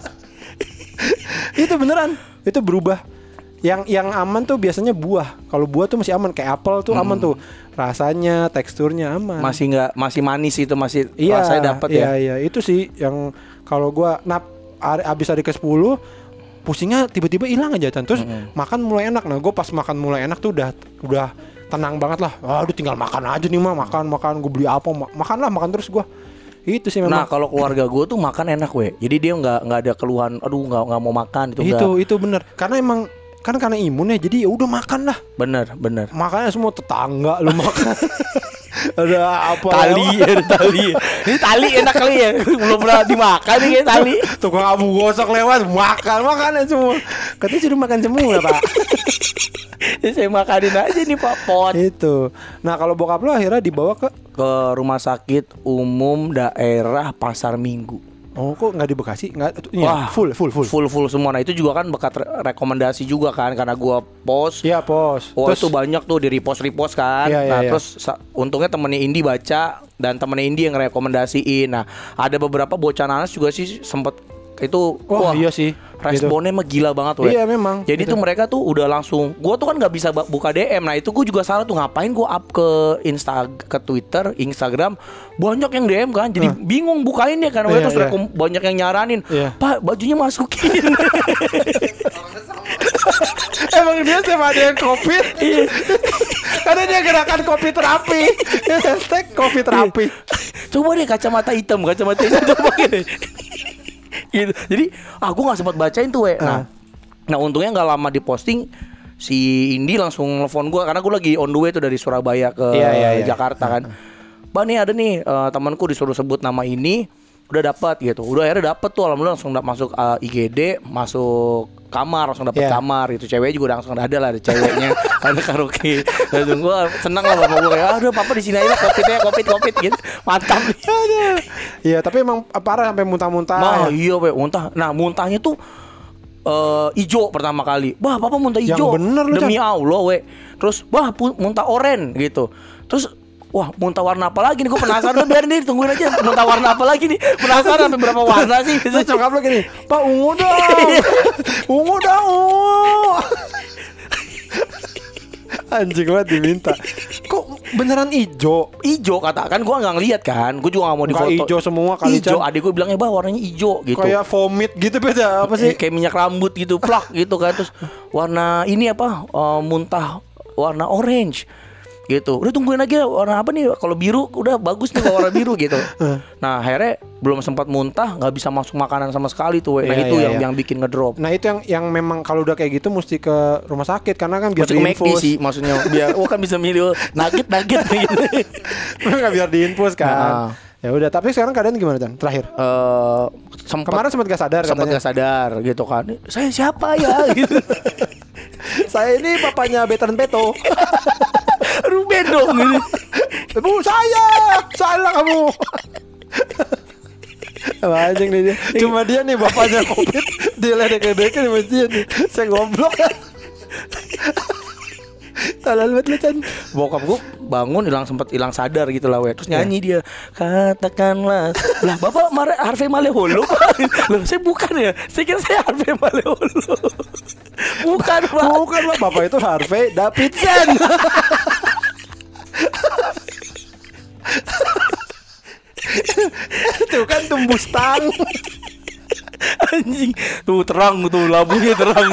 Itu beneran. Itu berubah. Yang aman tuh biasanya buah. Kalau buah tuh masih aman, kayak apel tuh aman tuh. Rasanya, teksturnya aman. Masih manis itu masih rasanya dapat ya. Iya, itu sih yang kalau gua abis hari ke-10 pusingnya tiba-tiba hilang aja Chan. Terus makan mulai enak. Nah gue pas makan mulai enak tuh udah tenang banget lah. Aduh tinggal makan aja nih mah, makan gue beli apa makan terus gue. Itu sih memang. Nah kalau keluarga gue tuh makan enak jadi dia nggak ada keluhan, aduh nggak mau makan itu bener. Karena emang karena imun ya, jadi ya udah makan lah. Bener. Makanya semua tetangga lu makan. Ada apa? Tali. Ini tali enak kali ya. Belum pernah dimakan nih kayak tali. Tukang abu gosok lewat makan semua. Katanya suruh makan semua Pak. Saya makanin aja nih Pak pot. Itu. Nah kalau bokap lo akhirnya dibawa ke rumah sakit umum daerah Pasar Minggu. Oh kok nggak di Bekasi? Nggak? Wah, full semua. Nah itu juga kan bekat rekomendasi juga kan, karena gua post. Iya post. Oh terus, itu banyak tuh di repost kan. Iya. Terus untungnya temennya Indi baca dan temennya Indi yang rekomendasiin. Nah ada beberapa bocah nanas juga sih sempet itu. Wah iya sih. Responnya mah gila banget Iya memang. Jadi tuh mereka tuh udah langsung. Gua tuh kan nggak bisa buka DM. Nah itu gua juga salah tuh, ngapain gua up ke Twitter, Instagram, banyak yang DM kan. Jadi bingung bukainnya kan. Terus banyak yang nyaranin, Pak bajunya masukin. Emang dia sama ada yang COVID. Karena dia gerakan kopi terapi. Hashtag kopi terapi. Coba deh kacamata hitam pakai. Gitu. Jadi gue nggak sempat bacain tuh nah untungnya nggak lama diposting si Indi langsung nelfon gue, karena gue lagi on the way tuh dari Surabaya ke Jakarta kan. Bah nih ada nih temanku disuruh sebut nama ini, udah dapat gitu. Udah akhirnya dapet tuh, alhamdulillah langsung masuk IGD, masuk kamar, langsung dapet kamar gitu. Cewek juga langsung ada ceweknya ada karaoke. Dan gue seneng lah bapak gue kayak, aduh papa di sini aja kopit gitu, mantap. Iya tapi emang parah sampai muntah-muntah. Nah iya muntah. Nah muntahnya tuh ijo pertama kali. Bah papa muntah ijo. Yang bener lu demi Allah Terus muntah oren gitu. Terus wah muntah warna apa lagi nih, gue penasaran. Biarin deh, tungguin aja muntah warna apa lagi nih, penasaran sampai berapa warna sih. Terus cokap lo gini, Pak ungu dong. Ungu. Anjing banget diminta. Kok beneran ijo? Ijo katakan, gue nggak ngeliat kan, gue juga nggak mau difoto. Ijo semua kali. Ijo, adik gue bilangnya bah warnanya ijo gitu. Kayak vomit gitu, beda apa sih? Kayak minyak rambut gitu, plak gitu kan. Terus warna ini apa? Muntah warna orange gitu. Udah tungguin aja warna apa nih, kalau biru udah bagus nih kalau warna biru gitu. Nah akhirnya belum sempat muntah, nggak bisa masuk makanan sama sekali tuh. Nah itu yang bikin ngedrop. Nah itu yang memang kalau udah kayak gitu mesti ke rumah sakit, karena kan biar diinfus sih maksudnya. Biar kan bisa milih nugget gitu. Nggak biar diinfus kan. Ya udah, tapi sekarang keadaan gimana Chan? Terakhir kemarin sempat gak sadar katanya. Sempat gak sadar gitu kan. Saya siapa ya gitu. Saya ini papanya Betan Beto. Ruben dong gitu. Bu saya salah kamu. Anjing nih dia. Cuma dia nih bapaknya COVID. Dia ledek-ledekin di masjid nih. Saya goblok. Talal banget lu Chan. Bokap gue bangun sempat hilang sadar gitu lah terus nyanyi dia, katakanlah. Lah bapak Harvey Maleholo. Loh saya bukan ya, saya kira saya Harvey Maleholo. Bukan Pak, bapak itu Harvey Davidson. Itu kan tembus tang. Anjing tuh terang tuh lampunya terang.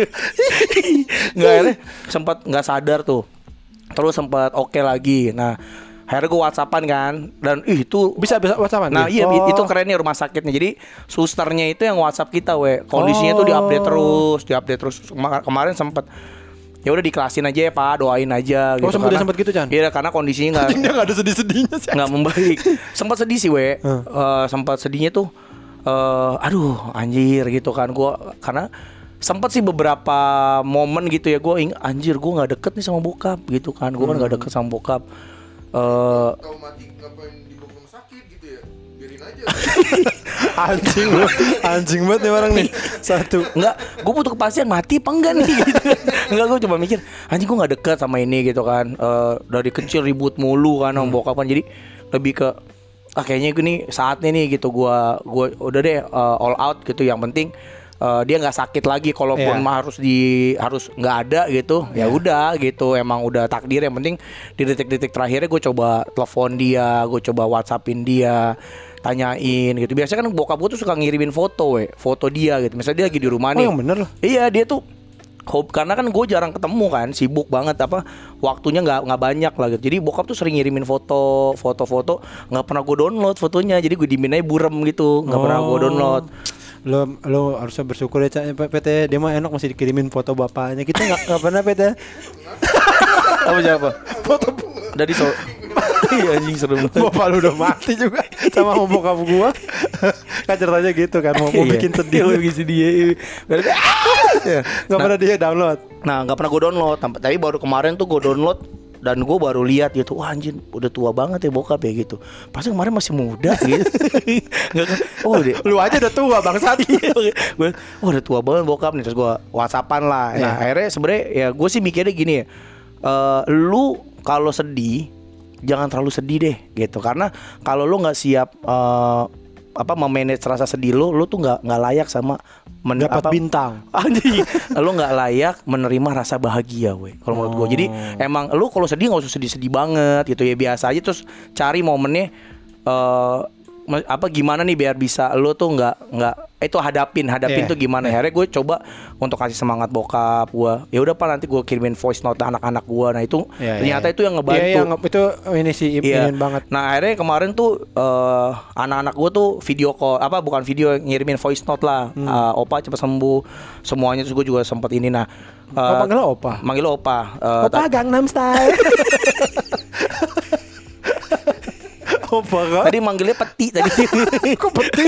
Nggak sempat nggak sadar tuh, terus sempat oke lagi. Nah akhirnya gue WhatsAppan kan, dan itu bisa WhatsAppan. Nah iya itu kerennya rumah sakitnya. Jadi susternya itu yang WhatsApp kita kondisinya tuh diupdate terus. Kemarin sempat ya udah dikelasin aja ya Pak, doain aja gitu. Sempat gitu Chan. Iya karena kondisinya nggak ada sedih-sedihnya sih. Nggak membaik. Sempat sedih sih sempat sedihnya tuh. Aduh anjir gitu kan gua, karena sempat sih beberapa momen gitu ya gue anjir gue nggak deket nih sama bokap gitu kan. Gue kan nggak deket sama bokap. Kalau mati ngapain dibawa ke rumah sakit gitu ya, biarin aja. Anjing banget nih orang nih. Satu nggak, gue butuh kepastian mati apa enggak nih gitu. Nggak, gue coba mikir anjing gue nggak deket sama ini gitu kan. Dari kecil ribut mulu kan sama bokap kan, jadi lebih ke kayaknya gue nih saatnya nih gitu gue udah deh all out gitu. Yang penting dia nggak sakit lagi, kalaupun harus nggak ada gitu. Ya udah gitu, emang udah takdir. Yang penting di detik-detik terakhirnya gue coba telepon dia, gue coba WhatsAppin dia, tanyain gitu. Biasanya kan bokap gue tuh suka ngirimin foto dia gitu. Misalnya dia lagi di rumah nih. Oh yang bener loh. Iya dia tuh karena kan gue jarang ketemu kan, sibuk banget waktunya nggak banyak lah gitu. Jadi bokap tuh sering ngirimin foto, nggak pernah gue download fotonya. Jadi gue diminai burem gitu, nggak pernah gue download. Lo harusnya bersyukur ya Cak, PT. Dia mah enak masih dikirimin foto bapaknya. Kita nggak pernah PT. Apa siapa? Foto dari iya anjing serem banget. Bapak lu udah mati juga sama bokap gua. Kan ceritanya gitu kan, mau bikin sedih. Mau bikin sedih. Nggak pernah dia download. Nah nggak pernah gue download. Tapi baru kemarin tuh gue download. Dan gue baru lihat gitu, wah anjir udah tua banget ya bokap ya gitu. Pasti kemarin masih muda gitu. Lu aja udah tua bangsat. Gue udah tua banget bokap nih. Terus gue WhatsAppan lah. Nah akhirnya sebenarnya ya gue sih mikirnya gini ya, lu kalau sedih jangan terlalu sedih deh gitu. Karena kalau lu nggak siap memanage rasa sedih lu tuh nggak layak sama dapat bintang. Anjing, lu nggak layak menerima rasa bahagia, weh. Kalau menurut gue, jadi emang lu kalau sedih nggak usah sedih-sedih banget gitu ya, biasa aja. Terus cari momennya gimana nih biar bisa lu tuh nggak itu hadapin tuh gimana. Akhirnya gue coba untuk kasih semangat bokap gue. Ya udah Pak, nanti gue kirimin voice note anak-anak gue. Nah itu ternyata itu yang ngebantu. Itu ini sih ingin banget. Nah akhirnya kemarin tuh anak-anak gue tuh video call, bukan video, ngirimin voice note lah. Opa cepat sembuh semuanya. Terus gue juga sempat ini. Nah panggil Opa. Manggil Opa. Opa Gangnam Style. Opa kan? Tadi manggilnya Peti tadi. Kok Peti?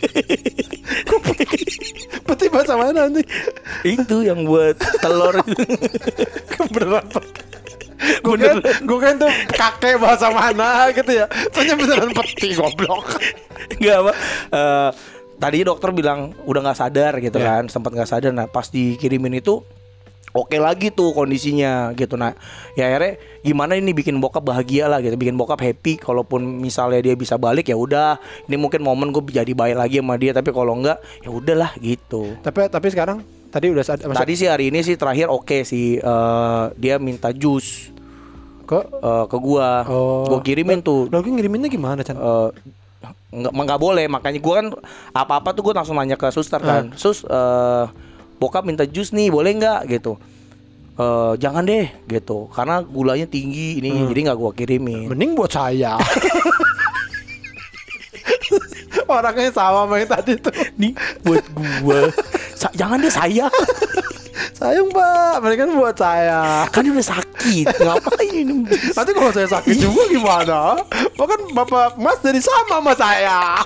Peti bahasa mana nanti? Itu yang buat telur itu. Beneran Peti. Gue kan tuh kakek bahasa mana gitu ya. Tanya beneran Peti, goblok. Enggak apa. Tadi dokter bilang udah nggak sadar gitu kan, sempat nggak sadar. Nah pas dikirimin itu oke lagi tuh kondisinya gitu. Nah ya akhirnya gimana ini bikin bokap bahagia lah gitu, bikin bokap happy. Kalaupun misalnya dia bisa balik ya udah, ini mungkin momen gue jadi baik lagi sama dia. Tapi kalau enggak ya udahlah gitu. Tapi sekarang tadi udah tadi sih hari ini sih terakhir oke sih, dia minta jus ke gua. Gua kirimin tuh. Lo ngiriminnya gimana Chan? Nggak boleh, makanya gua kan apa-apa tuh gua langsung nanya ke suster kan. Sus, bokap minta jus nih, boleh nggak gitu? Jangan deh gitu, karena gulanya tinggi ini, jadi nggak gua kirimin. Mending buat saya. Orangnya sama sama yang tadi tuh. Nih buat gua. Jangan deh saya. Sayang Pak, mereka kan buat saya. Kan udah sakit, ngapain? Nanti kalau saya sakit juga gimana? Bahkan Bapak Mas jadi sama saya.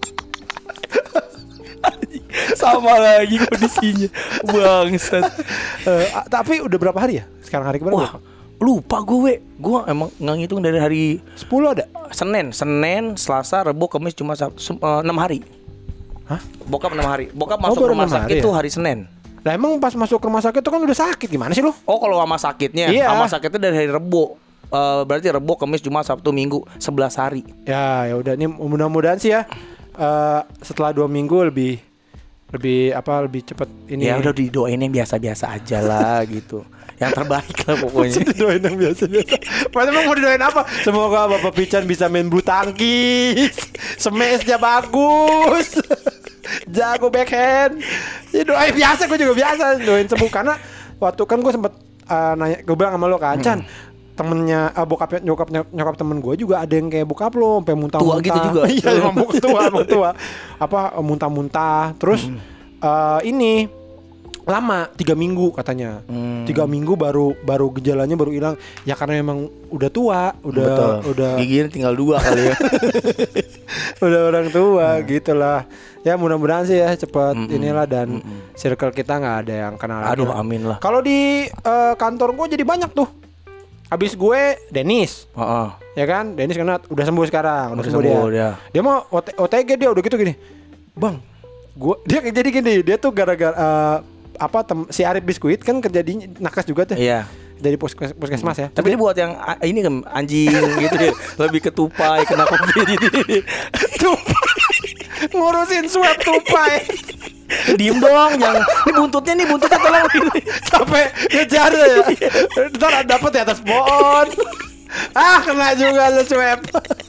Sama lagi kondisinya. Bangsat. Tapi udah berapa hari ya? Sekarang hari kemarin. Wah, lupa gue emang nggak ngitung dari hari 10 ada? Senin, Selasa, Rabu, Kamis, cuma 6 hari. Hah? Bokap 6 hari. Bokap masuk rumah sakit tuh hari Senin. Lah emang pas masuk ke rumah sakit tuh kan udah sakit, gimana sih lu? Oh kalau sama sakitnya, sama sakitnya dari hari Rabu. Berarti Rabu, Kamis, Jumat, Sabtu, Minggu 11 hari. Ya udah, ini mudah-mudahan sih ya setelah 2 minggu lebih cepat ini. Ya udah didoain yang biasa-biasa aja lah gitu. Yang terbaik lah pokoknya. Didoain yang biasa-biasa. Mas emang mau didoain apa? Semoga Bapak Pican bisa main bulu tangkis, smash-nya bagus, jago backhand. Ya doain biasa, gue juga biasa doain sembuh. Karena waktu kan gue sempet nanya, gue bilang sama lo kan, Chan, temennya nyokap temen gue juga ada yang kayak bokap lo, sampai muntah-muntah. Tua gitu juga. Iya, emang tua. Muntah-muntah. Terus ini lama 3 minggu katanya. 3 minggu baru gejalanya baru hilang. Ya karena memang udah tua, udah giginya tinggal 2 kali ya. Udah orang tua gitulah. Ya mudah-mudahan sih ya cepat inilah, dan circle kita nggak ada yang kenal. Aduh amin lah. Kalau di kantor gue jadi banyak tuh. Habis gue Dennis. Ya kan? Dennis kena udah sembuh sekarang. Udah sembuh dia. Dia mau OTG, dia udah gitu gini. Bang, dia jadi gini, dia tuh gara-gara si Arif Biskuit kan kerja di Nakes juga tuh. Iya. Dari puskesmas ya. Tapi dia buat yang ini kan anjing gitu deh. Lebih ke tupai, kena covid ini. Tupai. Ngurusin swab tupai. Diem dong, jangan. Ini buntutnya tolong ini. Sampai ngejar ya. Ntar dapet di atas pohon. Kena juga lu swab.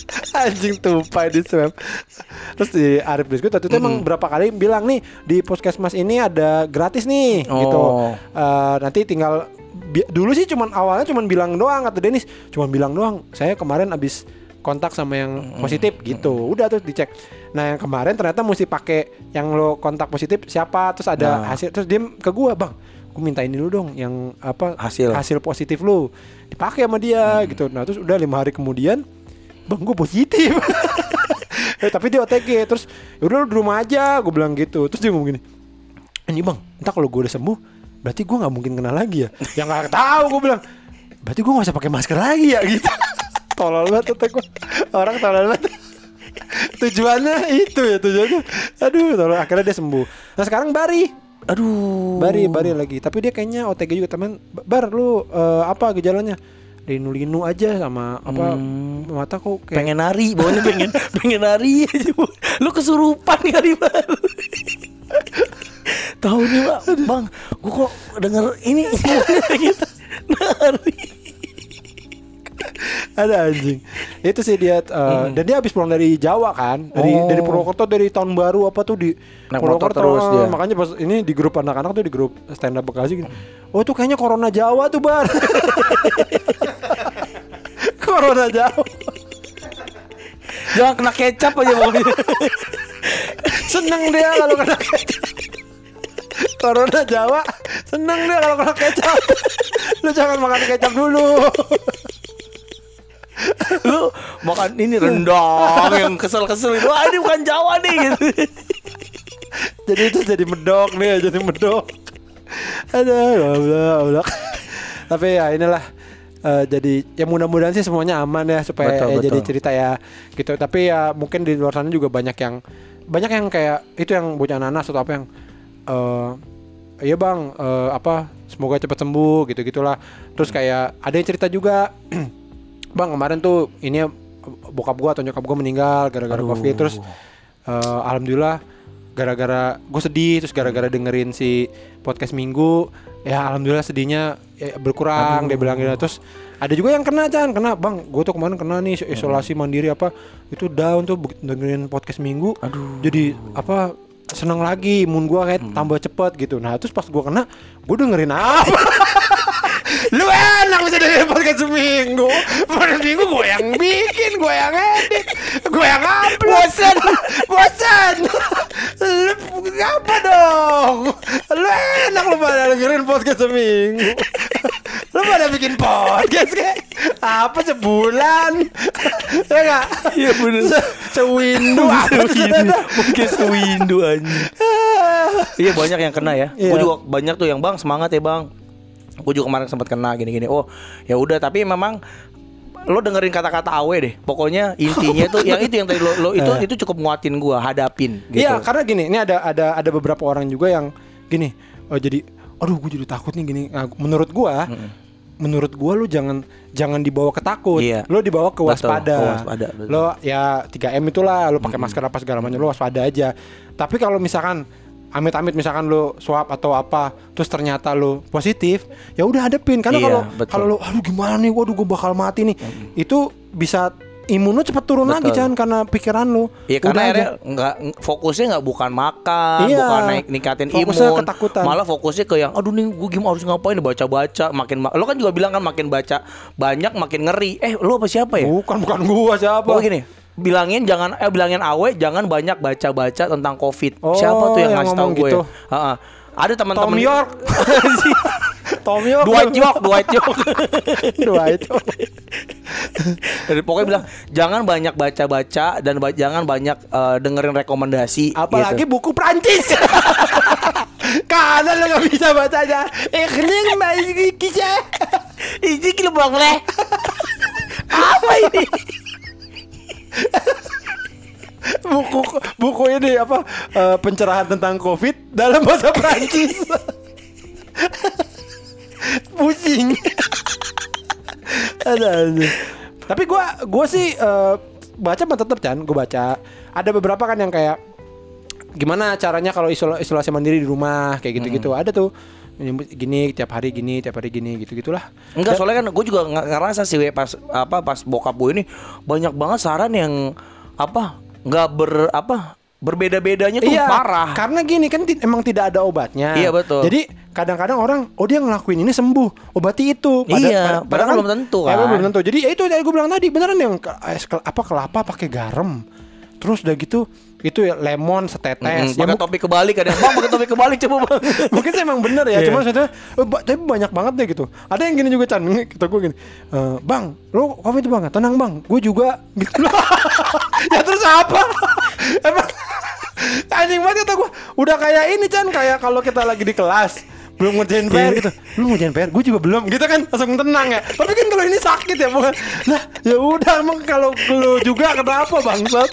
Anjing tupai di swab. Terus di Arif Biskuit waktu itu emang berapa kali bilang nih di Puskesmas ini ada gratis nih gitu. Nanti tinggal dulu sih awalnya cuman bilang doang, kata Dennis, cuman bilang doang. Saya kemarin abis kontak sama yang positif gitu. Udah terus dicek. Nah, yang kemarin ternyata mesti pakai yang lo kontak positif siapa, terus ada hasil, terus dia ke gua, "Bang, gue mintain dulu dong yang apa hasil positif lo." Dipakai sama dia gitu. Nah, terus udah 5 hari kemudian, "Bang, gue positif." Tapi dia OTG. Terus udah lu di rumah aja, gue bilang gitu. Terus dia ngomong gini, "Ini Bang, entah kalau gue udah sembuh, berarti gue nggak mungkin kena lagi ya?" Ya nggak tahu, gue bilang, "Berarti gue nggak usah pakai masker lagi ya?" Gitu. Tolol banget kata gue. Orang tolol banget. Tujuannya itu ya, tujuannya. Aduh, tolol. Akhirnya dia sembuh. Nah sekarang Bari. Aduh. Bari lagi. Tapi dia kayaknya OTG juga, teman. "Bar, lu apa gejalanya?" Linu-linu aja sama apa mata kok kayak pengen nari, bawahnya pengen nari aja. Lu kesurupan kali Bang. Tahu nih Bang, gua kok denger ini gitu. Nari. Ada anjing. Itu sih dia dan dia habis pulang dari Jawa kan. Dari Purwokerto, dari tahun baru apa tuh di Purwokerto terus dia. Makanya pas ini di grup anak-anak tuh, di grup stand up Bekasi gitu. "Oh, itu kayaknya corona Jawa tuh, Bar." Corona Jawa. Jangan kena kecap aja Bang. Seneng dia kalau kena kecap. Corona Jawa seneng dia kalau kena kecap. Lu jangan makan kecap dulu. Lu makan ini rendang yang kesel-kesel itu. "Ah, ini bukan Jawa nih," gitu. Jadi itu jadi medok nih, jadi medok. Ada. Tapi ya inilah. Jadi ya mudah-mudahan sih semuanya aman ya, supaya betul. Jadi cerita ya gitu. Tapi ya mungkin di luar sana juga banyak yang kayak itu, yang bocah nanas atau apa yang iya Bang, apa semoga cepat sembuh gitu-gitulah. Terus kayak ada yang cerita juga, "Bang, kemarin tuh ini bokap gua atau nyokap gua meninggal gara-gara Covid." Terus alhamdulillah gara-gara gue sedih, terus gara-gara dengerin si podcast Minggu, ya alhamdulillah sedihnya berkurang. Dia bilang gitu. Terus ada juga yang kena, "Bang, gue tuh kemarin kena nih isolasi mandiri apa itu down tuh dengerin podcast Minggu." Jadi apa seneng lagi, imun gue kayak tambah cepet gitu. Nah terus pas gue kena, gue dengerin apa? Lu enak bisa dengerin podcast Seminggu. Podcast Minggu gue yang bikin, gue yang edit, gue yang upload. Bosan. Lu apa dong? Lu enak lu pada dengerin podcast Seminggu. Lu pada bikin podcast kayak apa sebulan? Ya enggak? Iya bener. Sewindu mungkin sewindu aja. Iya banyak yang kena ya. Gue juga banyak tuh yang, "Bang, semangat ya Bang. Gue juga kemarin sempat kena gini-gini." Oh ya udah, tapi memang lo dengerin kata-kata Awe deh. Pokoknya intinya tuh yang itu yang tadi lo itu cukup nguatin gue hadapin gitu. Iya, karena gini, ini ada beberapa orang juga yang gini, jadi aduh gue jadi takut nih gini. Nah, menurut gue lu jangan dibawa ke takut. Lo dibawa ke waspada. Lo ya 3M itulah, lo pakai masker apa segala macam, lo waspada aja. Tapi kalau misalkan amit-amit misalkan lo swab atau apa, terus ternyata lo positif, ya udah hadepin. Karena kalau lo aduh gimana nih, waduh gue bakal mati nih, itu bisa imun lo cepat turun lagi karena pikiran lo. Iya, karena akhirnya fokusnya bukan makan, bukan ningkatin imun, ketakutan. Malah fokusnya ke yang aduh nih gue gimana harus ngapain, baca-baca lo kan juga bilang kan makin baca banyak makin ngeri. Lo apa siapa ya? Bukan gua, siapa? Oh gini, bilangin Awe jangan banyak baca-baca tentang Covid. Siapa tuh yang ngasih tahu gue? Gitu. Ada teman-teman Tom York. Dwight York. Jadi pokoknya bilang jangan banyak baca-baca dan jangan banyak dengerin rekomendasi. Apalagi gitu. Buku Prancis. Karena lo gak bisa bacanya. Ini kisah. Ini kilo boleh. Apa ini? buku ini apa pencerahan tentang Covid dalam bahasa Prancis. Pusing. Ada. Tapi gue sih baca tetap gue baca. Ada beberapa kan yang kayak gimana caranya kalau isolasi mandiri di rumah kayak gitu-gitu. Ada tuh gini tiap hari gini gitu-gitulah. Enggak, soalnya kan gue juga ngerasa sih pas bokap gue ini banyak banget saran yang berbeda-bedanya tuh parah. Karena gini kan emang tidak ada obatnya. Iya betul. Jadi kadang-kadang orang dia ngelakuin ini sembuh, obati itu. Padahal belum tentu kan. Belum tentu. Jadi ya itu yang gue bilang tadi, beneran yang kelapa pakai garam. Terus udah gitu itu ya lemon setetes. Pakai topi kebalik ada. Bang pakai topi kebalik coba bang. Mungkin saya emang bener ya. Cuma maksudnya tapi banyak banget deh gitu. Ada yang gini juga Chan. Kata gue gini, bang, lo COVID bang? Tenang bang, gue juga. Gitu. Ya terus apa? Emang anjing banget kata gue. Udah kayak ini Chan, kayak kalau kita lagi di kelas belum ngerjain PR gitu. Lu ngerjain PR, gue juga belum gitu kan, langsung tenang ya. Tapi kan kalau ini sakit ya bukan. Nah, ya udah emang kalau lu juga kenapa bangsat?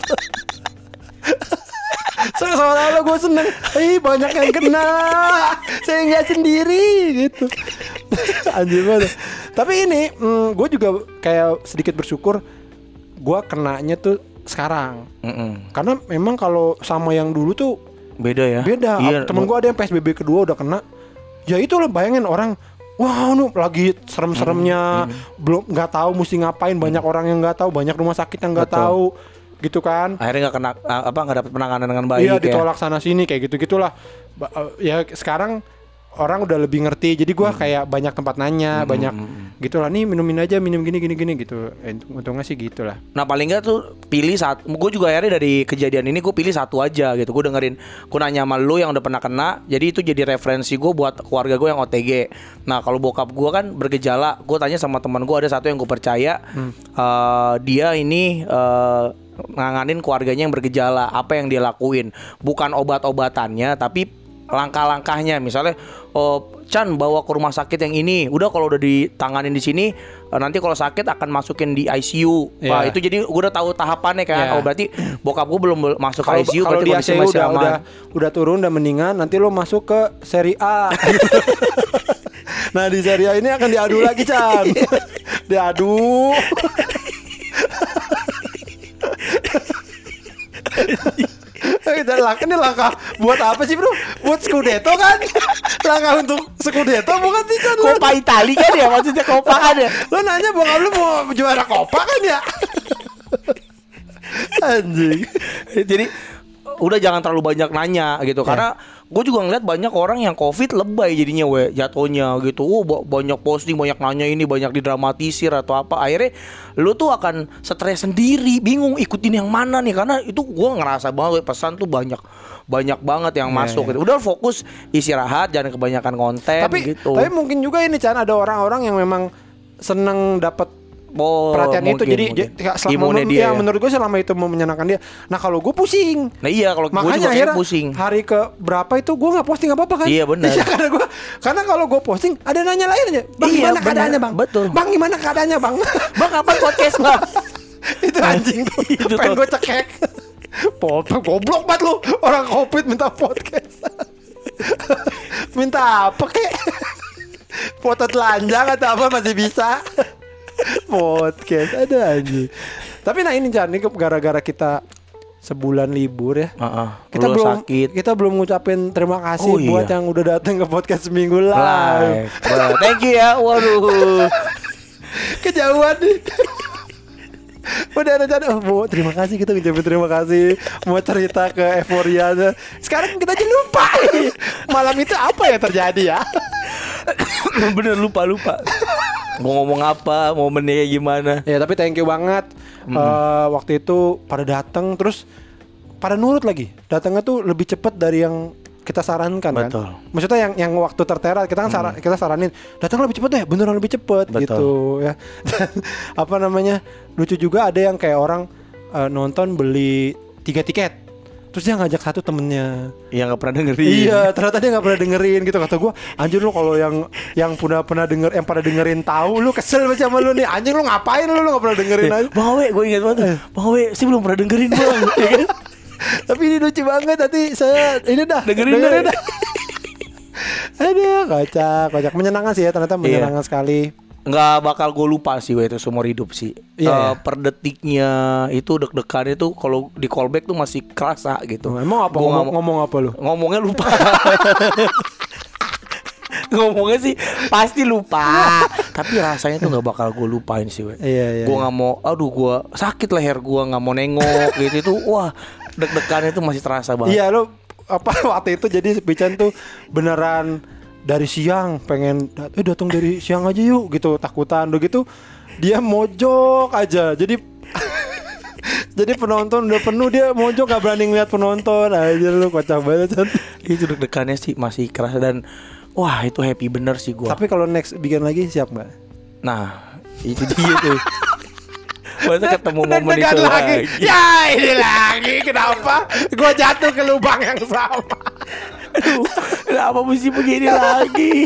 Soalnya gue seneng, banyak yang kena, saya nggak sendiri gitu. Anjir banget. Tapi ini gue juga kayak sedikit bersyukur gue kenanya tuh sekarang. Karena memang kalau sama yang dulu tuh beda ya. Beda. Iya, temen gue ada yang PSBB kedua udah kena. Ya itu lah, bayangin orang, wah nu lagi serem-seremnya, belum nggak tahu mesti ngapain, banyak orang yang nggak tahu, banyak rumah sakit yang nggak tahu, gitu kan. Akhirnya nggak dapat penanganan dengan baik. Iya, ditolak sana sini kayak gitu-gitulah. Ya sekarang orang udah lebih ngerti, jadi gue kayak banyak tempat nanya, banyak gitulah, nih minumin aja, minum gini gitu. Untungnya sih gitulah. Nah paling nggak tuh pilih satu. Gue juga akhirnya dari kejadian ini gue pilih satu aja gitu. Gue dengerin, gue nanya sama lu yang udah pernah kena, jadi itu jadi referensi gue buat keluarga gue yang OTG. Nah kalau bokap gue kan bergejala, gue tanya sama teman gue, ada satu yang gue percaya, dia ini nanganin keluarganya yang bergejala. Apa yang dia lakuin, bukan obat-obatannya, tapi langkah-langkahnya. Misalnya, Chan bawa ke rumah sakit yang ini. Udah kalau udah ditanganin di sini, nanti kalau sakit akan masukin di ICU. Wah, itu jadi gue udah tahu tahapannya kan. Berarti bokap gue belum masuk ke ICU. Kalau di ICU udah turun, udah mendingan. Nanti lo masuk ke seri A. Nah di seri A ini akan diadu lagi Chan. Diadu. Ini langkah buat apa sih bro? Buat Scudetto kan? Langkah untuk Scudetto bukan sih Chan? Coppa Italia kan ya? Maksudnya Coppa kan ya? Lo nanya bokap lu mau juara Coppa kan ya? Anjing. Jadi udah jangan terlalu banyak nanya gitu. Karena gue juga ngeliat banyak orang yang COVID lebay jadinya jatuhnya gitu. Banyak posting, banyak nanya ini, banyak didramatisir atau apa. Akhirnya lu tuh akan stres sendiri, bingung ikutin yang mana nih. Karena itu gue ngerasa banget pesan tuh banyak banget yang masuk gitu. Udah fokus istirahat, jangan kebanyakan konten gitu. Tapi mungkin juga ini Chan, ada orang-orang yang memang seneng dapat perhatian mungkin, itu jadi imunnya dia menurut gue selama itu menyenangkan dia. Nah kalau gue pusing. Nah iya, kalau gue juga akhirnya pusing. Hari ke berapa itu gue nggak posting apa-apa kan? Iya benar. Karena kalau gue posting ada nanya lain aja. Bang gimana keadaannya bang? Betul. Bang gimana keadaannya bang? Bang kapan podcast bang? Itu anjing tuh. Pengen gue cekek. Goblok banget lu. Orang COVID minta podcast. Minta apa kek? Foto telanjang atau apa masih bisa. Podcast ada aja. Tapi nah ini Chan, ini gara-gara kita sebulan libur ya. Kita belum ngucapin terima kasih buat yang udah datang ke podcast seminggu live. Thank you ya. Waduh. Kejauhan nih. Udah ada Chan, terima kasih, kita ngucapin terima kasih. Mau cerita ke euforianya. Sekarang kita aja lupa. Malam itu apa yang terjadi ya? Bener lupa. Mau ngomong apa, momennya kayak gimana. Ya tapi thank you banget. Waktu itu pada datang, terus pada nurut lagi. Datangnya tuh lebih cepat dari yang kita sarankan. Betul. Kan. Maksudnya yang waktu tertera kita kan kita saranin datang lebih cepat deh, beneran lebih cepat gitu ya. Dan, apa namanya, lucu juga ada yang kayak orang nonton beli 3 tiket. Terus dia ngajak satu temennya yang nggak pernah dengerin. Iya, ternyata dia nggak pernah dengerin gitu. Kata gue, anjir lu kalau yang pernah denger, yang pada dengerin tahu, lu kesel sama lu nih. Anjing lu ngapain lu nggak pernah dengerin aja. Bang Awe, gue ingat banget. Bang Awe sih belum pernah dengerin bang. Ya kan? Tapi ini lucu banget. Nanti saya ini dengerin dah. Aduh, kocak. Menyenangkan sih ya, ternyata menyenangkan sekali. Nggak bakal gue lupa sih itu seumur hidup sih. Per detiknya itu deg-degan itu kalau di callback tuh masih kerasa gitu. Emang apa ngomong apa lu? Ngomongnya lupa. Ngomongnya sih pasti lupa. Tapi rasanya tuh gak bakal gue lupain sih, we. Iya. Gue gak mau, gue sakit leher gue, gak mau nengok gitu. Itu wah, deg-degannya tuh masih terasa banget. Iya, lo apa waktu itu jadi Pican tuh beneran dari siang pengen datang dari siang aja yuk gitu, takutan udah gitu dia mojok aja. Jadi jadi penonton udah penuh, dia mojok gak berani ngeliat penonton aja. Lu kocak banget kan. Itu deg-degannya sih masih kerasa dan wah itu happy bener sih gue. Tapi kalau next bikin lagi siap nggak? Nah itu dia tuh. Masa ketemu momen itu lagi. Ya ini lagi kenapa gue jatuh ke lubang yang sama. Aduh, kenapa mesti begini lagi?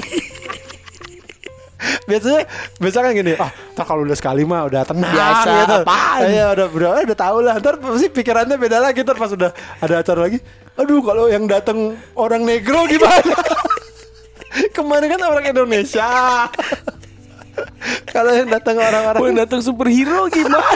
Biasanya kan gini, ntar kalau udah sekali mah udah tenang biasa, gitu. Apaan? Ya udah tahu lah. Ntar pasti pikirannya beda lagi. Ntar pas udah ada acara lagi, aduh kalau yang datang orang negro gimana? Kemarin kan orang Indonesia. Kalau yang datang orang-orang yang datang superhero gimana?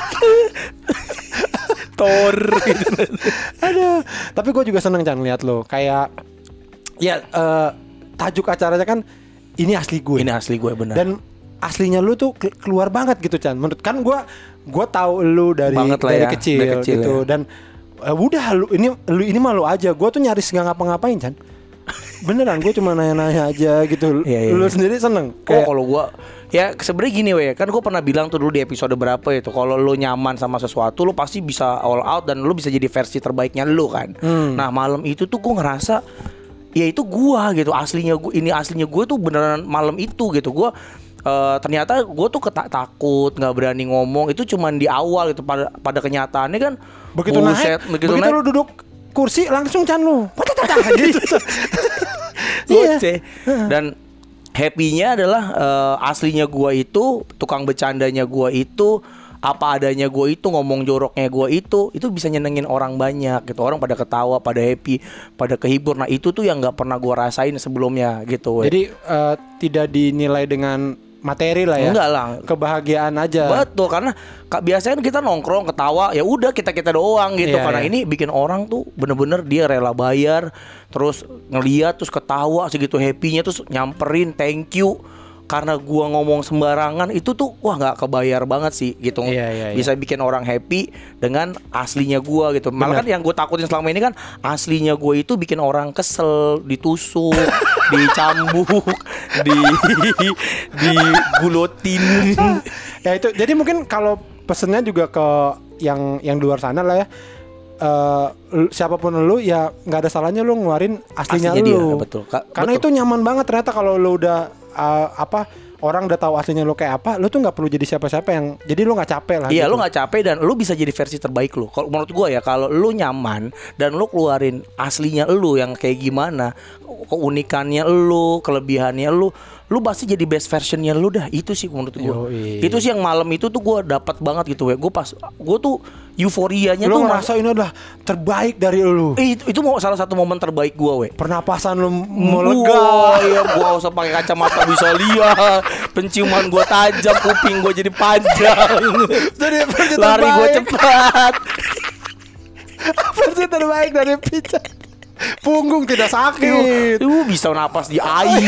Thor gitu. Aduh, tapi gue juga seneng Chan lihat lo. Kayak ya tajuk acaranya kan ini asli gue. Ini asli gue benar. Dan aslinya lu tuh keluar banget gitu Chan. Menurut kan gue tahu lu dari ya, kecil gitu ya. Dan udah lu ini malu aja. Gue tuh nyaris gak ngapa-ngapain Chan. Beneran gue cuma nanya-nanya aja gitu. Iya. Lu sendiri seneng? Kayak kalau gue ya sebenarnya gini we, kan gue pernah bilang tuh dulu di episode berapa itu, kalau lu nyaman sama sesuatu lu pasti bisa all out dan lu bisa jadi versi terbaiknya lu kan. Nah malam itu tuh gue ngerasa ya itu gue gitu, aslinya gue tuh beneran malam itu gitu. Gue ternyata gue tuh takut nggak berani ngomong, itu cuman di awal gitu. Pada kenyataannya kan begitu lu duduk kursi langsung Chan lu gitu. Iya. Dan happy-nya adalah aslinya gua itu, tukang bercandanya gua itu, apa adanya gua itu, ngomong joroknya gua itu bisa nyenengin orang banyak gitu. Orang pada ketawa, pada happy, pada kehibur. Nah itu tuh yang nggak pernah gua rasain sebelumnya gitu. Jadi tidak dinilai dengan materi lah ya. Enggak lah, kebahagiaan aja. Betul, karena biasanya kan kita nongkrong ketawa ya udah kita doang gitu. Karena ini bikin orang tuh bener-bener dia rela bayar, terus ngeliat, terus ketawa segitu happy-nya, terus nyamperin thank you karena gua ngomong sembarangan. Itu tuh wah nggak kebayar banget sih gitu. Bisa bikin orang happy dengan aslinya gua gitu. Malah kan yang gue takutin selama ini kan aslinya gua itu bikin orang kesel, ditusuk, dicambuk, digulotin. Ya itu. Jadi mungkin kalau pesennya juga ke yang di luar sana lah ya. Siapapun lu ya nggak ada salahnya lu ngeluarin aslinya lu. Dia, betul. Karena itu nyaman banget ternyata kalau lu udah orang udah tahu aslinya lu kayak apa, lu tuh nggak perlu jadi siapa-siapa yang jadi lu nggak capek lah. Iya, gitu. lu nggak capek dan lu bisa jadi versi terbaik lu. Kalau menurut gua ya, kalau lu nyaman dan lu keluarin aslinya lu yang kayak gimana, keunikannya lu, kelebihannya lu pasti jadi best versionnya lu dah. Itu sih menurut gua. Itu sih yang malam itu tuh gua dapat banget gitu. Gua tuh euforianya lu tuh ngerasa ini adalah terbaik dari lu. Itu salah satu momen terbaik gua, Pernapasan lu melega. Iya, gua usah pakai kacamata bisa lihat. Penciuman gua tajam, kuping gua jadi panjang. Jadi lari gua cepat. Versi terbaik dari Pican. Punggung tidak sakit. Bisa napas di air.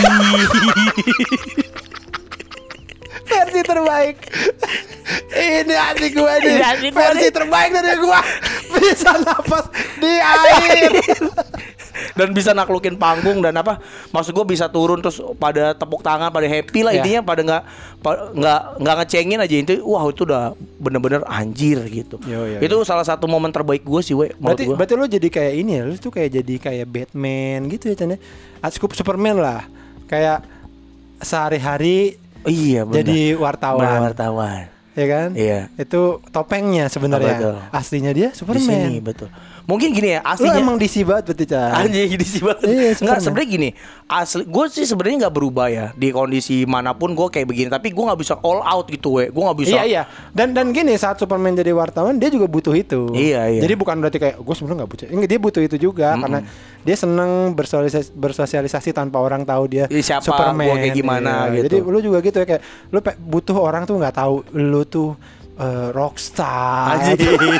Versi terbaik. Ini hati gue nih. Versi terbaik dari gue. Bisa napas di air. Dan bisa naklukin panggung dan maksud gue bisa turun terus pada tepuk tangan, pada happy lah intinya, pada nggak ngecengin aja itu. Wah itu udah bener-bener anjir gitu. Itu salah satu momen terbaik gue sih, berarti lo jadi kayak ini ya, lo tuh kayak jadi kayak Batman gitu ya Chan ya. Superman lah. Kayak sehari-hari jadi wartawan. Ya kan? Iya. Itu topengnya sebenarnya. Aslinya dia Superman. Di sini, betul. Mungkin gini ya, aslinya lu emang DC banget berarti Chan. Anjing DC banget. Iya, enggak, sebenarnya gini, asli gue sih sebenarnya nggak berubah ya di kondisi manapun gue kayak begini, tapi gue nggak bisa all out gitu, gue nggak bisa. Iya. Dan gini, saat Superman jadi wartawan dia juga butuh itu. Iya. Jadi bukan berarti kayak gue sebenarnya nggak butuh. Dia butuh itu juga karena dia seneng bersosialisasi tanpa orang tahu dia siapa, Superman. Gue kayak gimana gitu. Jadi lu juga gitu ya, kayak lu butuh orang tuh nggak tahu lu tuh rockstar.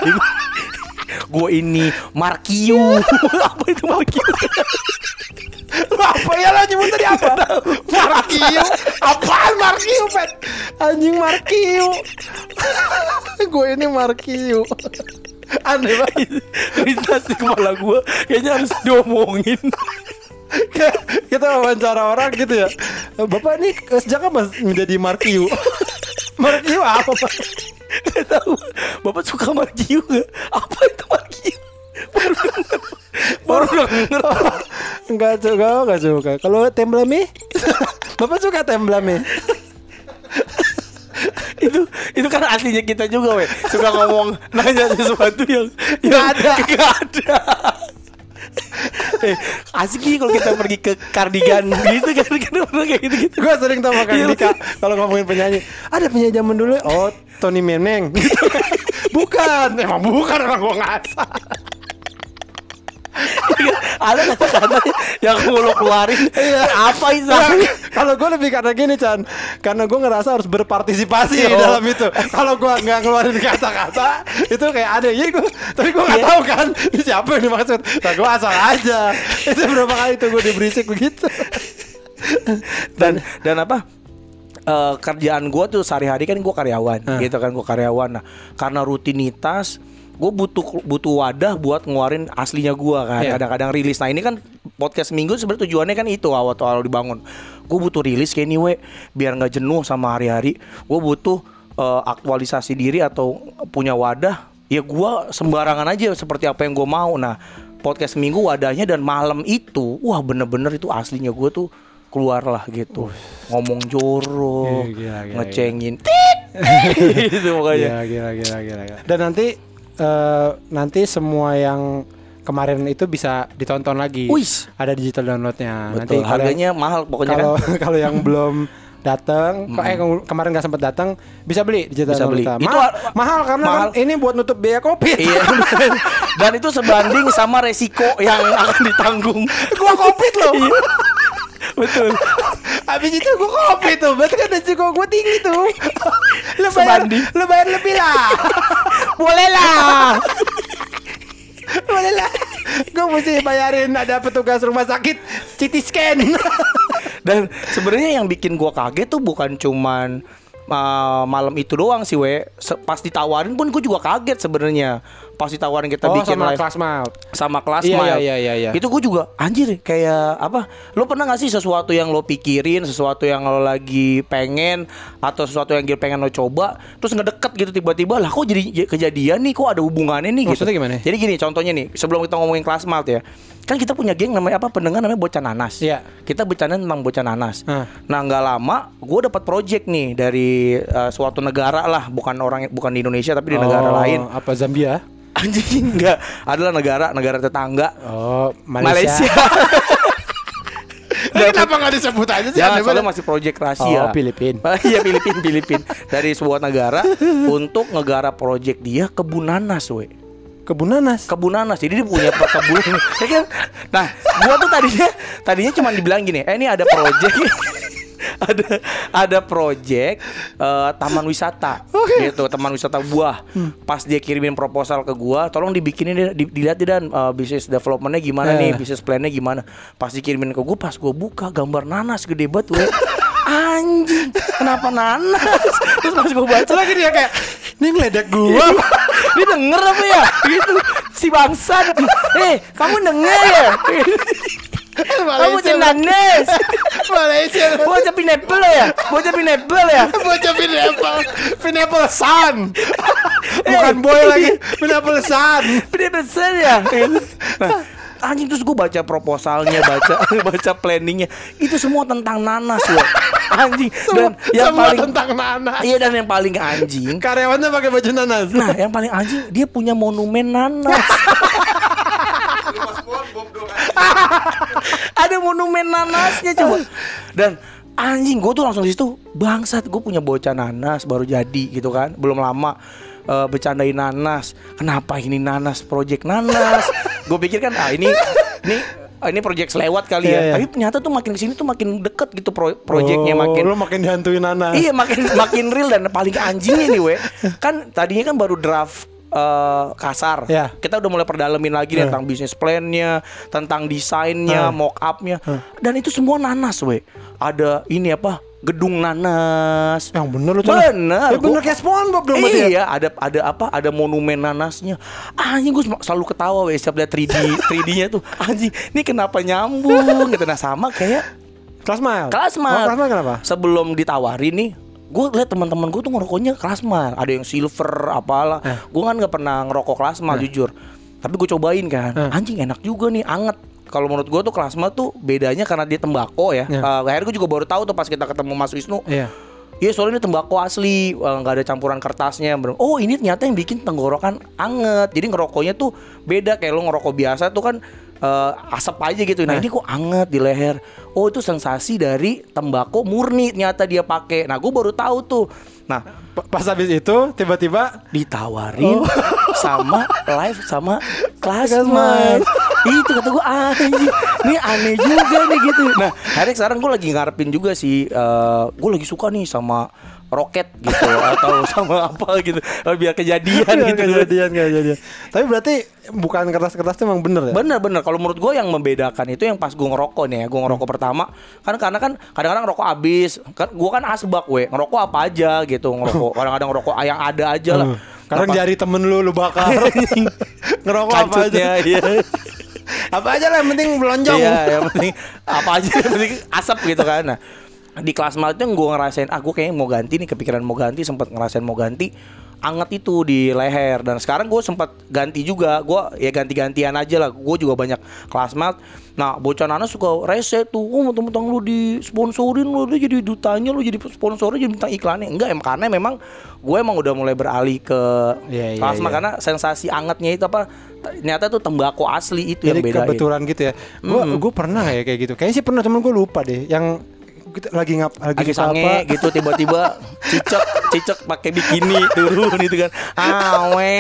Gue ini Markio. Apa itu Markio? Lu apa ya lo nyebut tadi apa? Markiu. Apaan Markiu, Pet? Anjing Markiu. Gue ini Markiu. Aneh banget. Lintas di kepala gue kayaknya harus diomongin. Kita wawancara orang gitu ya. Bapak nih sejak kapan menjadi Markiu? Markiu apa, Pak? Gak tahu. Bapak suka Markiu gak? Apa itu Markiu? Baru denger. Enggak suka. Kalau temblame? Bapak suka temblame? itu kan aslinya kita juga, we. Suka ngomong nanya sesuatu yang ada. Asik nih kalau kita pergi ke Kardigan gitu kan kayak gitu. Gue sering tau makan Dika kalau ngomongin penyanyi. Ada penyanyi zaman dulu. Oh, Tony Meneng. Bukan, emang bukan orang gue ngasah. Ada kata-kata yang mau lo keluarin. Apa itu? Kalau gue lebih karena gini, Chan. Karena gue ngerasa harus berpartisipasi di dalam itu. Kalau gue nggak ngeluarin kata-kata, itu kayak ada ya gue. Tapi gue nggak tahu kan ini siapa yang dimaksud. Nah, gue asal aja. Itu berapa kali tuh gue diberisik begitu. Dan apa? Kerjaan gue tuh sehari-hari kan gue karyawan, gitu kan, gue karyawan. Nah, karena rutinitas gue butuh wadah buat ngeluarin aslinya gue kan. Kadang-kadang rilis. Nah ini kan podcast minggu sebenarnya tujuannya kan itu awal dibangun. Gue butuh rilis kayak ini, we, biar nggak jenuh sama hari-hari. Gue butuh aktualisasi diri atau punya wadah. Ya gue sembarangan aja seperti apa yang gue mau. Nah podcast minggu wadahnya, dan malam itu wah bener-bener itu aslinya gue tuh keluar lah gitu. Ngomong jorok, ngecengin gitu pokoknya. Gila. Dan nanti semua yang kemarin itu bisa ditonton lagi. Uish. Ada digital downloadnya. Betul. Nanti harganya mahal pokoknya kan. Kalau yang belum datang, kemarin nggak sempat datang, bisa beli digital beli. download. Itu mahal karena kan ini buat nutup biaya Covid. Iya. Dan itu sebanding sama resiko yang akan ditanggung. Gua Covid loh. Betul. Habis itu gue Covid tuh, berarti kan resiko gue tinggi tuh. Lu bayar lebih lah. Boleh lah. Gue mesti bayarin ada petugas rumah sakit CT scan. Dan sebenarnya yang bikin gue kaget tuh bukan cuman malam itu doang sih, we. Pas ditawarin pun gue juga kaget sebenarnya. Pas ditawarin kita bikin sama live sama kelas Iya. Itu gue juga anjir, kayak apa? Lo pernah gak sih sesuatu yang lo pikirin, sesuatu yang lo lagi pengen, atau sesuatu yang pengen lo coba, terus ngedeket gitu tiba-tiba, lah kok jadi kejadian nih, kok ada hubungannya nih. Maksudnya gitu. Gimana? Jadi gini contohnya nih, sebelum kita ngomongin kelas malt ya, kan kita punya geng namanya apa, pendengar namanya Bocah Nanas. Iya. Kita bercanda tentang Bocah Nanas. Nah nggak lama gue dapat project nih dari suatu negara lah, bukan di Indonesia tapi di negara lain. Apa Zambia? Anjing, enggak, adalah negara tetangga. Oh, Malaysia. Kenapa nggak disebut aja sih? Jangan, soalnya masih project rahasia. Oh, Filipina. Iya, Filipina. Dari sebuah negara untuk negara project dia kebun nanas, we. Kebun nanas. Jadi dia punya kebun. Ya kan? Nah, gua tuh tadinya cuma dibilang gini, ini ada project. ada project taman wisata, gitu, taman wisata buah. Pas dia kirimin proposal ke gua, tolong dibikinin, dilihat dan bisnis developmentnya gimana nih, bisnis plannya gimana. Pas dikirimin ke gua, pas gua buka gambar nanas gede banget, we. Anjing, kenapa nanas? Terus pas gua baca lagi dia kayak, ini ngeledek gua. Dia denger apa ya? Gitu, si bangsat. Kamu denger ya? Kamu nanas. Malaysia. Bocah pineapple ya? Bocah Pineapple Sun. Bukan boy lagi. Pineapple Sun ya. Nah, anjing, terus gue baca proposalnya, baca planningnya, itu semua tentang nanas loh. Anjing. Dan yang semua paling tentang nanas. Iya, dan yang paling anjing, karyawannya pakai baju nanas. Nah, yang paling anjing, dia punya monumen nanas. Ada monumen nanasnya coba. Dan anjing, gue tuh langsung di situ, bangsat, gue punya bocah nanas baru jadi gitu kan, belum lama bercandain nanas. Kenapa ini nanas, project nanas? Gue pikir kan ini project selewat kali ya. Tapi ternyata tuh makin kesini tuh makin deket gitu projectnya, makin. Lo makin dihantuin nanas. Iya, makin real. Dan paling anjingnya nih, we. Kan tadinya kan baru draft kasar. Ya. Kita udah mulai perdalamin lagi nih tentang bisnis plan-nya, tentang desainnya, mock up-nya. Dan itu semua nanas, we. Ada ini apa? Gedung nanas. Yang bener lu bener. Bener kayak SpongeBob dong berarti ya? Iya, ada apa? Ada monumen nanasnya. Anjing, gue selalu ketawa we setiap lihat 3D-nya tuh. Anjing, ini kenapa nyambung gitu. Nah, sama kayak Klasmile. Klasmile. Klasmile kenapa? Sebelum ditawarin nih, gue liat teman-teman gue tuh ngerokoknya Klasmile. Ada yang silver apalah. Gue kan nggak pernah ngerokok Klasmile jujur. Tapi gue cobain kan. Anjing enak juga nih, anget. Kalau menurut gue tuh Klasmile tuh bedanya karena dia tembakau ya. Akhirnya gue juga baru tahu tuh pas kita ketemu Mas Wisnu. Iya, soalnya ini tembakau asli, nggak ada campuran kertasnya. Oh, ini ternyata yang bikin tenggorokan anget. Jadi ngerokoknya tuh beda kayak lo ngerokok biasa tuh kan asap aja gitu. Nah, ini kok anget di leher. Oh, itu sensasi dari tembakau murni ternyata dia pakai. Nah, gue baru tahu tuh. Nah, pas habis itu tiba-tiba ditawarin sama live sama Klasmile. Itu kata gue anjing, ini aneh juga nih gitu. Nah, akhirnya sekarang gue lagi ngarepin juga sih, gue lagi suka nih sama roket gitu atau sama apa gitu, biar kejadian gitu. Kejadian. Tapi berarti bukan kertas-kertas itu emang bener ya? Bener. Kalau menurut gue yang membedakan itu yang pas gue ngerokok nih ya, gue ngerokok pertama kan karena kan kadang-kadang rokok habis, kan gue kan asbak ngerokok apa aja gitu, ngerokok kadang-kadang ngerokok yang ada aja lah. Kadang jari temen lu bakar. Ngerokok apa aja? Iya. Apa aja lah yang penting melonjong. Iya, yang penting apa aja yang penting asap gitu kan. Nah, di Klasmile itu yang gue ngerasain, gue kayaknya mau ganti nih, kepikiran mau ganti, sempat ngerasain mau ganti, anget itu di leher. Dan sekarang gue sempat ganti juga, gue ya ganti-gantian aja lah. Gue juga banyak Klasmile. Nah, bocah nanas suka rese tuh, mentang-mentang lu disponsorin, lu jadi dutanya, lu jadi sponsornya, jadi bintang iklannya. Enggak, karena memang gue emang udah mulai beralih ke Klasmile karena sensasi angetnya itu apa? Ternyata tuh tembakau asli itu. Jadi yang bedain. Kebetulan gitu ya. Gue pernah ya kayak gitu. Kayaknya sih pernah, cuman gue lupa deh. Yang lagi sange apa gitu, tiba-tiba cicak pakai bikini turun itu kan. Awe.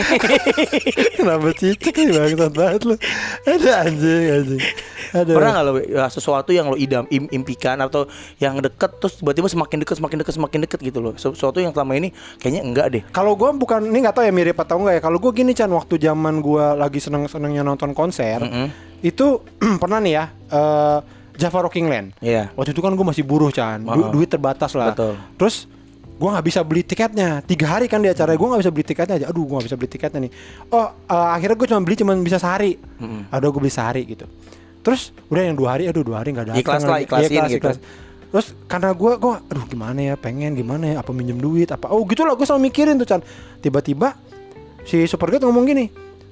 Kenapa cicak nih, bangsat banget lu. Ada anjing. Aduh. Pernah nggak lo sesuatu yang lo impikan atau yang deket terus tiba-tiba semakin deket gitu loh, sesuatu yang selama ini kayaknya enggak deh. Kalau gue bukan, ini nggak tahu ya mirip atau enggak ya. Kalau gue gini Chan, waktu zaman gue lagi seneng-senengnya nonton konser, itu pernah nih ya, Java Rocking Land. Waktu itu kan gue masih buruh Chan, duit terbatas lah. Betul. Terus gue nggak bisa beli tiketnya, 3 hari kan di acara, gue nggak bisa beli tiketnya aja. Aduh, gue nggak bisa beli tiketnya nih. Akhirnya gue cuma bisa sehari. Aduh, gue beli sehari gitu. Terus udah yang 2 hari, 2 hari nggak ada. Ikhlasin gitu. Terus karena gue aduh gimana ya, apa minjem duit apa. Oh gitu lah, gue selalu mikirin tuh Chan. Tiba-tiba si Supergirl ngomong gini,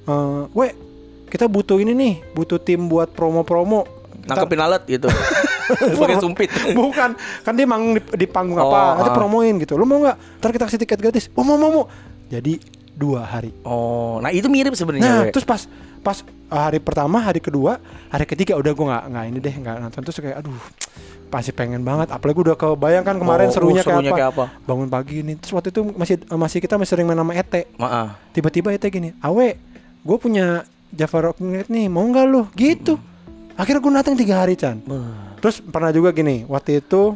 kita butuh ini nih, butuh tim buat promo-promo. Nangkepin alat gitu. Pakai sumpit. Bukan, kan dia manggung di panggung apa, nanti promoin gitu. Lo mau nggak? Ntar kita kasih tiket gratis. Oh mau. Jadi 2 hari. Nah itu mirip sebenarnya. Nah terus pas hari pertama, hari kedua, hari ketiga udah gue nggak nonton. Terus kayak aduh, pasti pengen banget. Apalagi udah kebayang kan kemarin serunya kayak apa. Bangun pagi ini. Terus waktu itu kita masih sering main sama Ete. Tiba-tiba Ete gini, Awe, gue punya Java Rocking Land nih, mau nggak lo? Gitu. Akhirnya gue datang 3 hari Chan. Terus pernah juga gini, waktu itu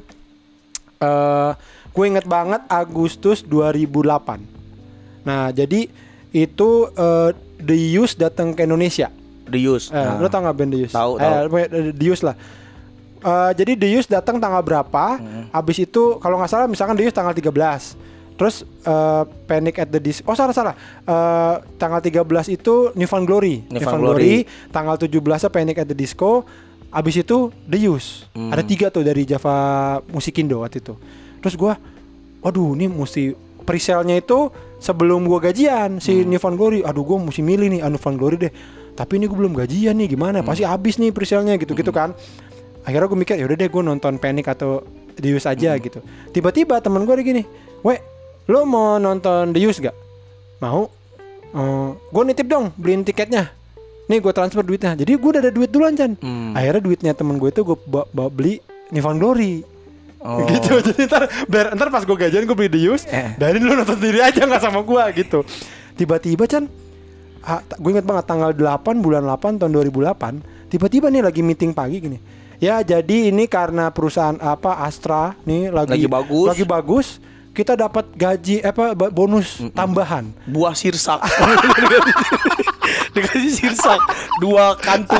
gue inget banget Agustus 2008. Nah jadi itu The Used datang ke Indonesia. The Used. Lo tau nggak band The Used? Tahu. The Used lah. Jadi The Used datang tanggal berapa? Abis itu kalau nggak salah misalkan The Used tanggal 13. Terus Panic at the Disco. Oh salah. Tanggal 13 itu New Found Glory. Tanggal 17nya Panic at the Disco. Abis itu The Used. Ada 3 tuh dari Java Musikindo waktu itu. Terus gue, waduh ini mesti presale-nya itu sebelum gue gajian si New Found Glory. Aduh gue mesti milih nih New Found Glory deh. Tapi ini gue belum gajian nih, gimana? Pasti habis nih presale-nya gitu kan. Akhirnya gue mikir yaudah deh gue nonton Panic atau The Used aja gitu. Tiba-tiba temen gue gini, lo mau nonton The Used gak? Mau? Gue nitip dong beliin tiketnya. Nih gue transfer duitnya. Jadi gue udah ada duit duluan Chan. Akhirnya duitnya temen gue itu gue beli New Found Glory. Gitu. Jadi ntar pas gue gajian gue beli The Used. Dari lu nonton sendiri aja gak sama gue gitu. Tiba-tiba Chan, gue inget banget tanggal 8 bulan 8 tahun 2008. Tiba-tiba nih lagi meeting pagi gini. Ya jadi ini karena perusahaan Astra nih lagi bagus. kita dapat gaji bonus tambahan. Buah sirsak. Dikasih sirsak 2 kantung.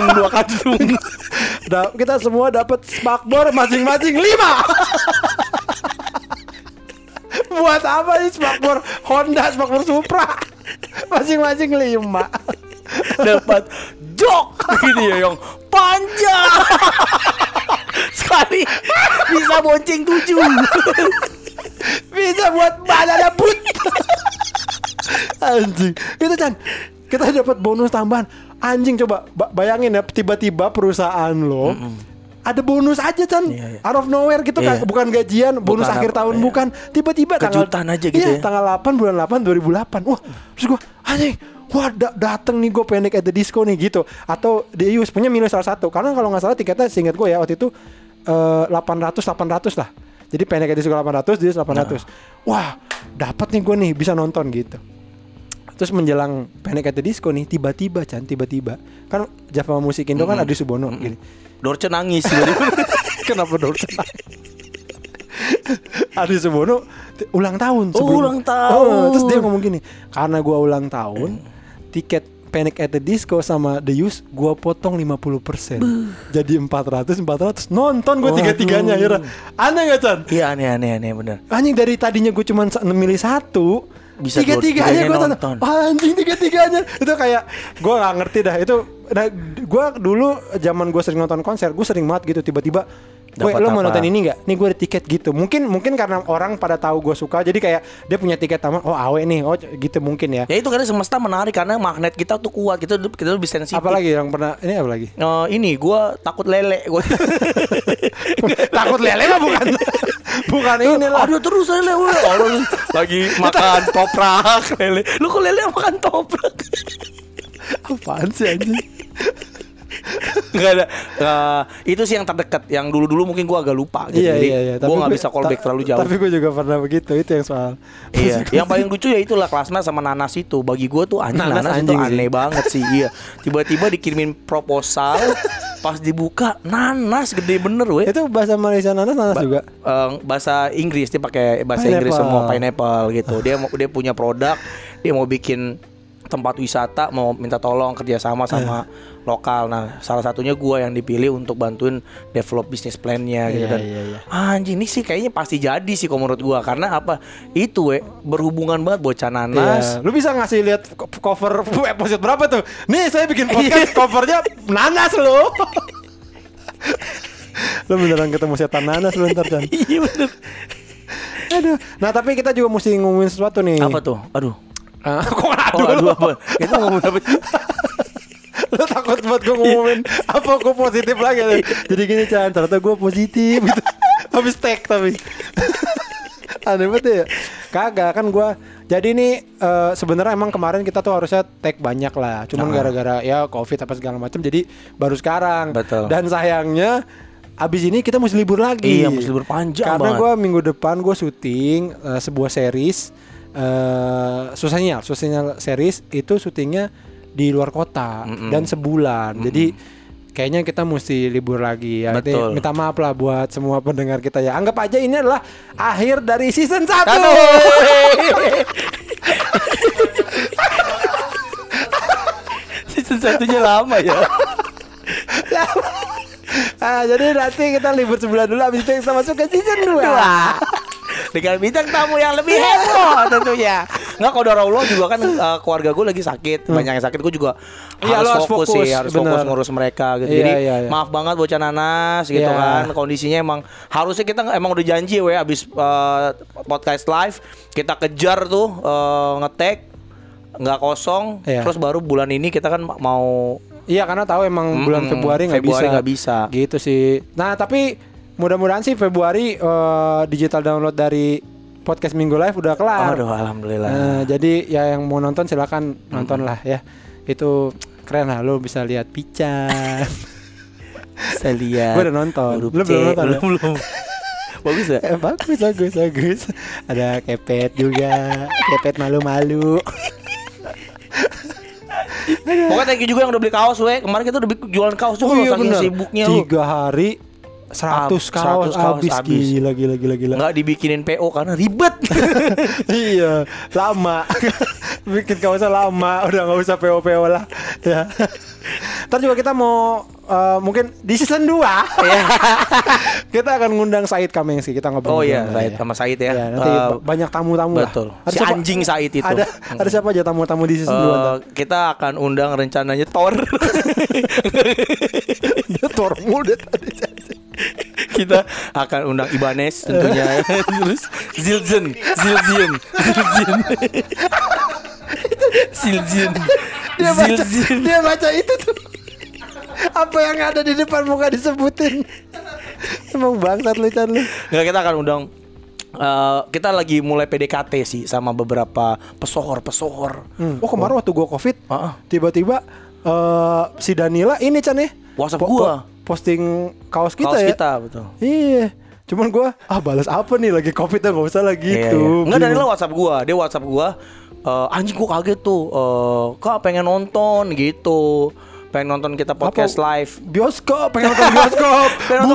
Kita semua dapat spakbor masing-masing 5. Buat apa sih spakbor Honda, spakbor Supra masing-masing 5. Dapat jok gitu ya yang panjang. Sekali bisa bonceng 7. Bisa buat banana boot. Anjing. Itu Chan, kita dapat bonus tambahan. Anjing, coba bayangin ya, tiba-tiba perusahaan lo ada bonus aja Chan, out of nowhere gitu kan, bukan gajian, bonus bukan akhir tahun, bukan. Tiba-tiba kejutan aja gitu ya. Tanggal 8 bulan 8 2008. Wah, terus gua anjing, wah dateng nih gue Panic at the Disco nih gitu. Atau Deus punya minus salah satu. Karena kalau nggak salah tiketnya seingat gue ya waktu itu 800 lah. Jadi Panic at the Disco 800, Deus 800. Wah, dapat nih gue nih bisa nonton gitu. Terus menjelang Panic at the Disco nih, tiba-tiba Chan, kan Java Musik Indo kan Adi Subono gini. Dorce nangis. Kenapa Dorce nangis? Adi Subono ulang tahun sebelum. Ulang tahun. Terus dia ngomong gini, karena gua ulang tahun, tiket Panic at the Disco sama The Used gua potong 50%. Jadi 400 nonton gue tiga-tiganya akhirnya. Aneh gak Chan? Iya, aneh bener. Anjing, dari tadinya gue cuma milih satu, bisa tiga-tiganya gue tonton. Anjing, tiga-tiganya. Itu kayak gue gak ngerti dah. Itu gue dulu zaman gue sering nonton konser, gue sering banget gitu tiba-tiba, "Woi, lo mau nonton ini nggak? Nih gue ada tiket," gitu. Mungkin karena orang pada tahu gue suka, jadi kayak dia punya tiket taman. Oh, awe nih, oh gitu mungkin ya. Ya itu karena semesta menarik, karena magnet kita tuh kuat, kita lebih sensitif. Apalagi yang pernah ini apa lagi? Ini gue takut lele. Takut lele mah bukan ini lah. Aduh, terus lele orang lagi makan toprak lele. Lu kok lele makan toprak? Apaan sih anjing? Nggak ada. Itu sih yang terdekat. Yang dulu mungkin gue agak lupa gitu. Iya. Gue nggak bisa callback terlalu jauh. Tapi gue juga pernah begitu. Itu yang soal. Iya. Yang paling lucu ya itulah Klasna sama Nanas itu. Bagi gue tuh Nanas itu aneh banget sih. Iya. Tiba-tiba dikirimin proposal, pas dibuka Nanas gede bener weh. Itu bahasa Malaysia Nanas juga. Bahasa Inggris, dia pakai bahasa Inggris semua, pineapple gitu. Dia punya produk, dia mau bikin tempat wisata, mau minta tolong kerjasama sama lokal. Nah, salah satunya gue yang dipilih untuk bantuin develop bisnis plan-nya gitu. Dan anjing, ini sih kayaknya pasti jadi sih kalau menurut gue. Karena apa? Itu berhubungan banget bocah Nanas. Lu bisa ngasih lihat cover episode berapa tuh? Nih saya bikin podcast covernya Nanas lo. Lu beneran ketemu setan Nanas lu ntar kan? Iya bener. Aduh. Nah, tapi kita juga mesti ngomongin sesuatu nih. Apa tuh? Aduh. Kok aduh apa? Kita ngomong apa? Lo takut buat gue ngomongin apa gue positif lagi. Jadi gini Chan, ternyata gue positif gitu. Habis tag tapi aneh banget ya. Kagak kan gue. Jadi ini sebenarnya emang kemarin kita tuh harusnya tag banyak lah. Cuman gara-gara ya Covid apa segala macam, jadi baru sekarang. Betul. Dan sayangnya abis ini kita mesti libur lagi. Iya, mesti libur panjang. Karena gue minggu depan gue syuting sebuah series. Susahnya series itu syutingnya di luar kota dan sebulan. Jadi kayaknya kita mesti libur lagi ya. Minta maaf lah buat semua pendengar kita ya. Anggap aja ini adalah akhir dari season 1. Season 1-nya lama ya. Jadi nanti kita libur sebulan dulu, habis itu kita masuk ke season 2. Dengan bintang tamu yang lebih heboh tentunya. Enggak, kalau Darawlo juga kan keluarga gue lagi sakit, banyak yang sakit, gue juga harus fokus ngurus mereka gitu. Jadi maaf banget bocah Nanas gitu kan. Kondisinya emang harusnya kita emang udah janji abis podcast live kita kejar tuh nge-tag nggak kosong. Terus baru bulan ini kita kan mau. Iya, karena tahu emang bulan Februari nggak bisa. Gitu sih. Nah, tapi mudah-mudahan sih Februari digital download dari podcast Minggu Live udah kelar. Aduh, alhamdulillah. Jadi ya yang mau nonton silakan nonton lah ya. Itu keren lah, lo bisa lihat Pican. Saya lihat. Gue udah nonton. Lu belum nonton? Belum. Bagus ya? Bagus. Ada Kepet juga. Kepet malu-malu. Pokoknya thank you juga yang udah beli kaos Kemarin kita udah jualan kaos juga saking sibuknya 3 hari 100 kaos habis. Gila. Nggak dibikinin PO karena ribet. Iya, lama. Bikin kaosnya lama, udah nggak usah PO lah. Ya. Ntar juga kita mau mungkin di season 2 kita akan ngundang Said Kamengski, kita ngobrol. Oh iya, Said sama Said ya. Nanti banyak tamu-tamu lah. Betul. Ada si siapa? Anjing Said itu. Ada siapa aja tamu-tamu di season 2? Kita akan undang rencananya Thor. Ya Thor muda tadi. Kita akan undang Ibanez tentunya. Terus Zildjian. Dia baca itu tuh. Apa yang ada di depan muka disebutin. Emang bangsat lu Chan lu. Nggak, kita akan undang kita lagi mulai PDKT sih sama beberapa pesohor. Oh kemarin waktu gua Covid, tiba-tiba si Danila ini Chan ya WhatsApp gua posting kaos kita. Betul. Iya. Cuman gua balas apa nih lagi Covid ya, enggak usah lagi gitu. Enggak, Danila dia WhatsApp gua. Anjing gua kaget tuh. Kak pengen nonton gitu. Pengen nonton kita podcast live. Pengen nonton bioskop.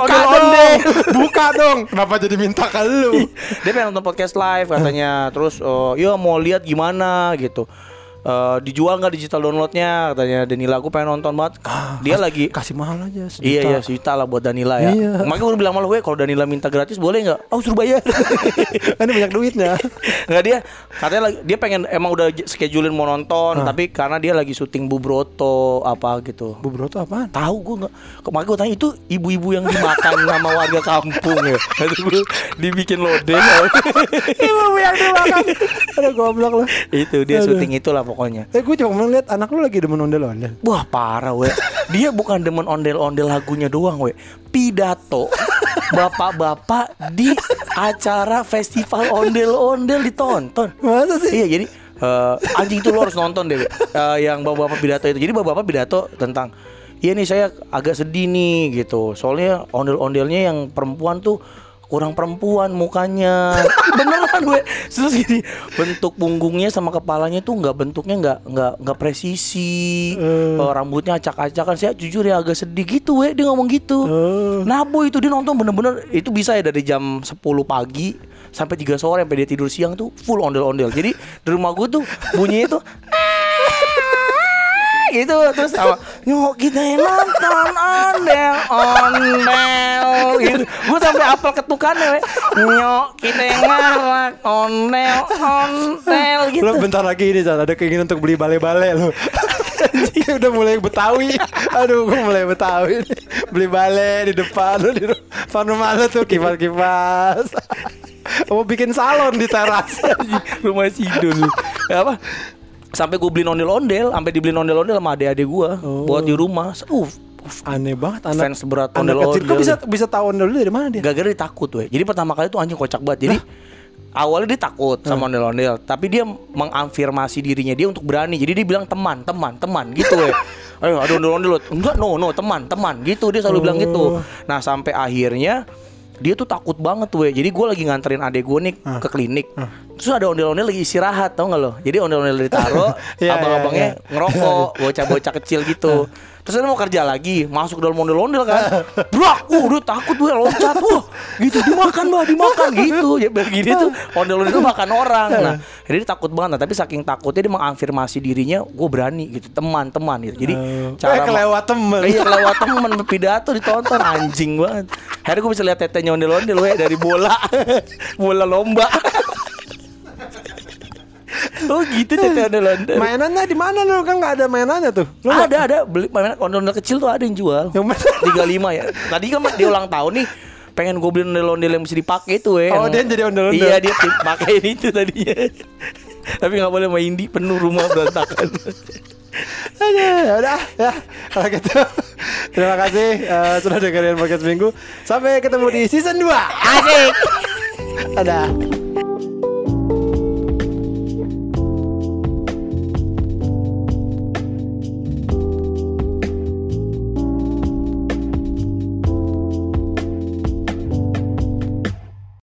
Buka dong. Kenapa jadi minta ke lu? Dia pengen nonton podcast live katanya. Terus iya mau lihat gimana gitu. Dijual nggak digital downloadnya katanya. Danila aku pengen nonton banget. Dia lagi kasih mahal aja sejuta. Iya sejuta lah buat Danila ya. Iya. Makanya gue bilang malu kalau Danila minta gratis boleh nggak? Suruh bayar. Kan banyak duitnya. Nggak, dia katanya dia pengen emang udah schedulein mau nonton, tapi karena dia lagi syuting Bubroto apa gitu. Bubroto apaan? Tahu gue nggak. Makanya gue tanya itu ibu-ibu yang dimakan sama warga kampung ya. Dibikin lodeh. Ibu yang dimakan. Ada goblok lah. Itu dia syuting itulah pokoknya. Gue cuma ngeliat anak lu lagi demen ondel-ondel. Wah parah we. Dia bukan demen ondel-ondel lagunya doang we. Pidato bapak-bapak di acara festival ondel-ondel ditonton. Masa sih? Iya jadi anjing itu lo harus nonton deh. Yang bapak-bapak pidato itu. Jadi bapak-bapak pidato tentang iya nih saya agak sedih nih gitu. Soalnya ondel-ondelnya yang perempuan tuh kurang perempuan mukanya. Beneran gue. Terus gini, bentuk punggungnya sama kepalanya tuh bentuknya nggak presisi. Rambutnya acak-acakan. Saya jujur ya agak sedih gitu we. Dia ngomong gitu. Nabo itu dia nonton bener-bener. Itu bisa ya dari jam 10 pagi sampai 3 sore sampai dia tidur siang tuh full ondel-ondel. Jadi di rumah gue tuh bunyinya tuh gitu. Terus apa? Yuk kita nonton ondel gitu. Gue sampai apal ketukannya we. Nyok kita ngarak ondel gitu. Lo bentar lagi ini ada keinginan untuk beli bale-bale lo. Udah mulai Betawi. Aduh gue mulai Betawi. Beli bale di depan lo, di depan rumah lo tuh kipas-kipas. Mau bikin salon di teras. Rumah Sidul. Apa? Sampai gue beliin ondel-ondel, sampai dibeliin ondel-ondel sama adik-adik gue buat di rumah. Aneh banget anak fans berat ondel-ondel. Kok bisa tahu ondel-ondel dari mana dia? Gara-gara dia takut we. Jadi pertama kali tuh anjing kocak banget. Jadi awalnya dia takut sama ondel-ondel, tapi dia mengafirmasi dirinya dia untuk berani. Jadi dia bilang teman gitu we. Ayo ada ondel-ondel. Enggak, no teman gitu. Dia selalu bilang gitu. Nah, sampai akhirnya dia tuh takut banget we. Jadi gue lagi nganterin adek gue nih ke klinik. Terus ada ondel-ondel lagi istirahat, tau gak lo? Jadi ondel-ondel ditaruh, abang-abangnya ngerokok, bocah-bocah kecil gitu. Terus dia mau kerja lagi, masuk dalam ondel-ondel kan. Brak, udah takut gue loncat. Gitu, dimakan gitu. Ya begini tuh, ondel-ondel itu makan orang. Nah, jadi dia takut banget. Nah, tapi saking takutnya dia mengafirmasi dirinya, gue berani gitu, teman gitu. Jadi cara kelewat temen. Iya, kelewat temen pidato ditonton, anjing banget. Akhirnya gue bisa lihat tetenya ondel-ondel we dari bola lomba. Oh gitu teteh ondel-ondel. Mainannya di mana lu? Kan nggak ada mainannya tuh. Lu ada beli mainan ondel-ondel kecil tuh ada yang jual. Yang mana? 35 ya. Tadi kan dia ulang tahun nih. Pengen gue beli ondel-ondel yang bisa dipakai itu we. Oh dia jadi ondel-ondel. Iya dia pakein itu tadinya. Tapi nggak boleh main di penuh rumah berantakan. Udah ya kalau gitu. Terima kasih sudah dengerin podcast minggu. Sampai ketemu di season 2. Asik. Dadah.